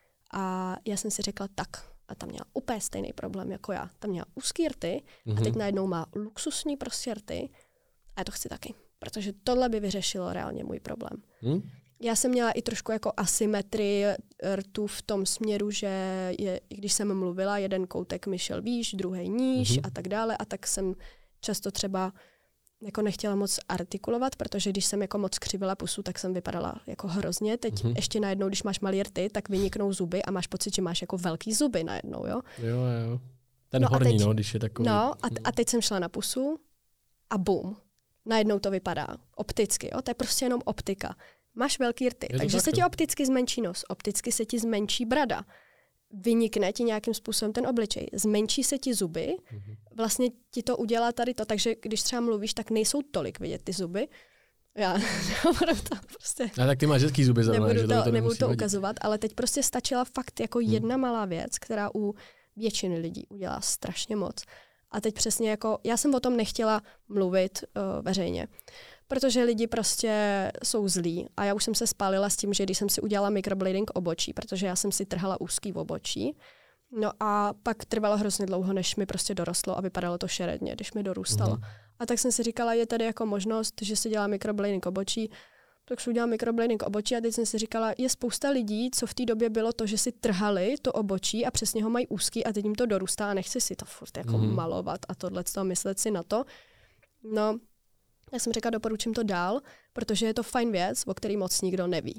A já jsem si řekla, tak, a tam měla úplně stejný problém jako já. Tam měla úzký rty mm-hmm. a teď najednou má luxusní prostě rty a já to chci taky. Protože tohle by vyřešilo reálně můj problém. Hmm? Já jsem měla i trošku jako asymetrii rtů v tom směru, že je, když jsem mluvila, jeden koutek mi šel výš, druhý níž hmm. a tak dále. A tak jsem často třeba jako nechtěla moc artikulovat, protože když jsem jako moc křivila pusu, tak jsem vypadala jako hrozně. Teď hmm. ještě najednou, když máš malý rty, tak vyniknou zuby a máš pocit, že máš jako velký zuby najednou, jo? Jo, jo. Ten no horní, teď, no, když je takový. No a, a teď jsem šla na pusu a bum. Najednou to vypadá opticky, jo? To je prostě jenom optika. Máš velký rty, takže se ti opticky zmenší nos, opticky se ti zmenší brada, vynikne ti nějakým způsobem ten obličej, zmenší se ti zuby, mm-hmm. vlastně ti to udělá tady to, takže když třeba mluvíš, tak nejsou tolik vidět ty zuby. Já nebudu to prostě... A tak ty máš hezký zuby zrovna, nebudu že to, to nebudu to ukazovat, ale teď prostě stačila fakt jako hmm. jedna malá věc, která u většiny lidí udělá strašně moc. A teď přesně jako, já jsem o tom nechtěla mluvit uh, veřejně, protože lidi prostě jsou zlí a já už jsem se spálila s tím, že když jsem si udělala microblading obočí, protože já jsem si trhala úzký v obočí, no a pak trvalo hrozně dlouho, než mi prostě dorostlo a vypadalo to šeredně, když mi dorůstalo. Mm-hmm. A tak jsem si říkala, je tady jako možnost, že si dělá microblading obočí, tak si udělala microblading obočí a teď jsem si říkala, je spousta lidí, co v té době bylo to, že si trhali to obočí a přesně ho mají úzký a teď jim to dorůstá a nechci si to furt jako mm-hmm. malovat a tohleto, myslet si na to. No, já jsem řekla, doporučím to dál, protože je to fajn věc, o který moc nikdo neví.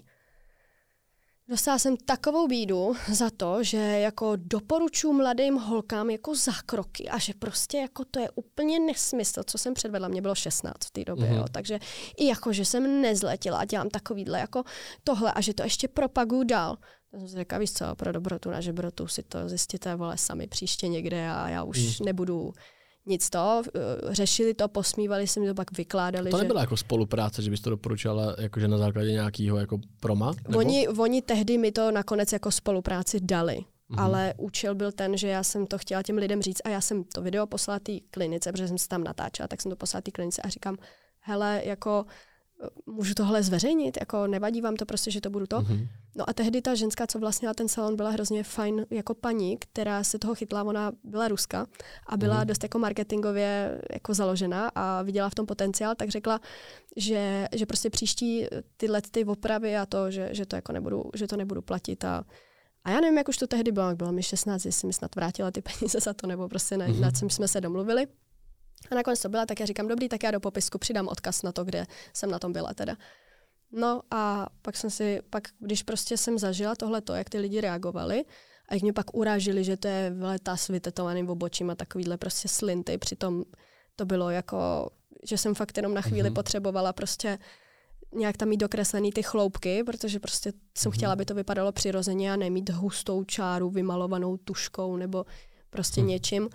Dostala jsem takovou bídu za to, že jako doporučuji mladým holkám jako zákroky a že prostě jako to je úplně nesmysl, co jsem předvedla. Mě bylo šestnáct v té době, mm-hmm. jo, takže i jako, že jsem nezletila a dělám takovýhle jako tohle a že to ještě propaguju dál. Já jsem si řekla, víš co, pro dobrotu na žebrotu si to zjistíte, vole, sami příště někde a já už mm. nebudu nic to, řešili to, posmívali se mi to, pak vykládali. To nebyla že... jako spolupráce, že bys to doporučila jakože na základě nějakého jako proma? Oni, oni tehdy mi to nakonec jako spolupráci dali, mm-hmm. ale účel byl ten, že já jsem to chtěla těm lidem říct a já jsem to video poslala té klinice, protože jsem se tam natáčela, tak jsem to poslala té klinice a říkám, hele, jako můžu tohle zveřejnit, jako nevadí vám to prostě, že to budu to. Mm-hmm. No a tehdy ta ženská, co vlastnila ten salon, byla hrozně fajn jako paní, která se toho chytla, ona byla Ruska a byla mm-hmm. dost jako marketingově jako založená a viděla v tom potenciál, tak řekla, že, že prostě příští tyhle ty opravy a to, že, že to jako nebudu, že to nebudu platit a A já nevím, jak už to tehdy bylo, jak bylo mi šestnáct, jestli mi snad vrátila ty peníze za to, nebo prostě na, mm-hmm. na čem jsme se domluvili. A nakonec to byla, tak já říkám, dobrý, tak já do popisku přidám odkaz na to, kde jsem na tom byla teda. No a pak jsem si, pak když prostě jsem zažila tohleto, jak ty lidi reagovali a jak mě pak urážili, že to je veleta s vytetovaným obočím a takovýhle prostě slinty, přitom to bylo jako, že jsem fakt jenom na chvíli mm-hmm. potřebovala prostě nějak tam mít dokreslený ty chloupky, protože prostě jsem mm-hmm. chtěla, aby to vypadalo přirozeně a nemít hustou čáru vymalovanou tuškou nebo prostě mm. něčím.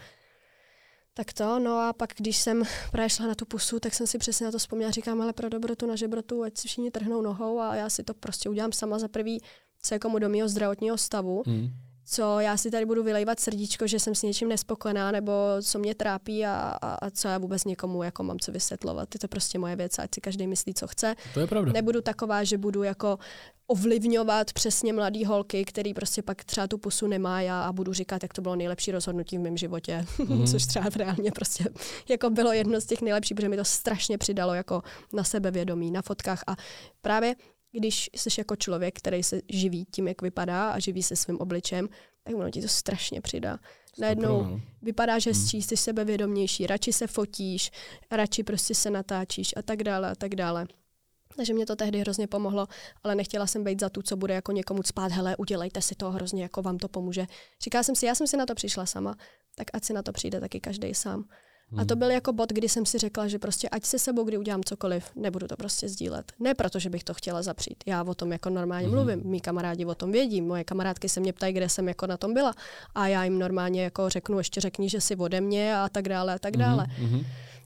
Tak to, no a pak, když jsem právě šla na tu pusu, tak jsem si přesně na to vzpomněla, říkám, ale pro dobrotu na žebrotu, ať si všichni trhnou nohou a já si to prostě udělám sama za prvý, co je komu do mého zdravotního stavu, mm. co já si tady budu vylejvat srdíčko, že jsem s něčím nespokojená, nebo co mě trápí a, a, a co já vůbec někomu jako mám co vysvětlovat. Je to prostě moje věc, ať si každý myslí, co chce. To je pravda. Nebudu taková, že budu jako ovlivňovat přesně mladý holky, který prostě pak třeba tu pusu nemá já a budu říkat, jak to bylo nejlepší rozhodnutí v mém životě, mm. což třeba reálně prostě jako bylo jedno z těch nejlepších, protože mi to strašně přidalo jako na sebevědomí, na fotkách a právě když jsi jako člověk, který se živí tím, jak vypadá a živí se svým obličem, tak ono ti to strašně přidá. Najednou vypadáš hezčí, hmm. jsi sebevědomější, radši se fotíš, radši prostě se natáčíš a tak dále a tak dále. Takže mě to tehdy hrozně pomohlo, ale nechtěla jsem být za tu, co bude jako někomu cpát, hele, udělejte si to hrozně, jako vám to pomůže. Říkala jsem si, já jsem si na to přišla sama, tak ať si na to přijde taky každý sám. A to byl jako bod, kdy jsem si řekla, že prostě ať se sebou, kdy udělám cokoliv, nebudu to prostě sdílet. Ne proto, že bych to chtěla zapřít. Já o tom jako normálně mm-hmm. mluvím, mí kamarádi o tom vědí, moje kamarádky se mě ptají, kde jsem jako na tom byla. A já jim normálně jako řeknu, ještě řekni, že jsi ode mě a tak dále a tak dále. Mm-hmm.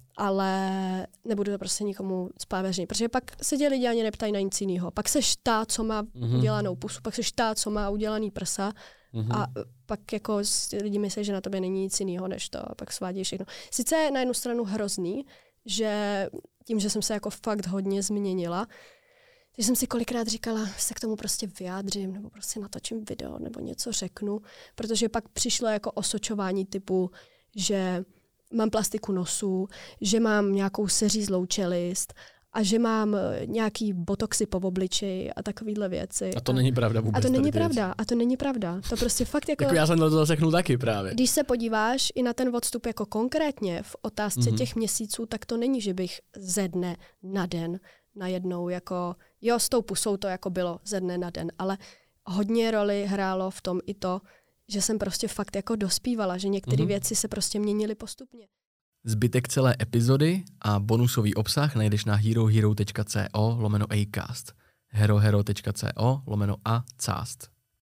Ale nebudu to prostě nikomu spát veřejně, protože pak se ti lidi ani neptají na nic jiného. Pak seš ta, co má mm-hmm. udělanou pusu, pak seš ta, co má udělaný prsa. Mm-hmm. A pak jako lidi myslí, že na tobě není nic jiného než to a pak svádí všechno. Sice je na jednu stranu hrozný, že tím, že jsem se jako fakt hodně změnila, že jsem si kolikrát říkala, se k tomu prostě vyjádřím nebo prostě natočím video nebo něco řeknu, protože pak přišlo jako osočování typu, že mám plastiku nosu, že mám nějakou seřízlou čelist a že mám nějaký botoxy po obličeji a takovýhle věci. A to a, není pravda vůbec. A to není pravda. A to není pravda. To prostě fakt jako... jako já jsem to zaseknul taky právě. Když se podíváš i na ten odstup jako konkrétně v otázce mm-hmm. těch měsíců, tak to není, že bych ze dne na den najednou jako... Jo, s tou pusou to jako bylo ze dne na den, ale hodně roli hrálo v tom i to, že jsem prostě fakt jako dospívala, že některé mm-hmm. věci se prostě měnily postupně. Zbytek celé epizody a bonusový obsah najdeš na herohero tečka co lomeno acast. herohero tečka co lomeno a cást.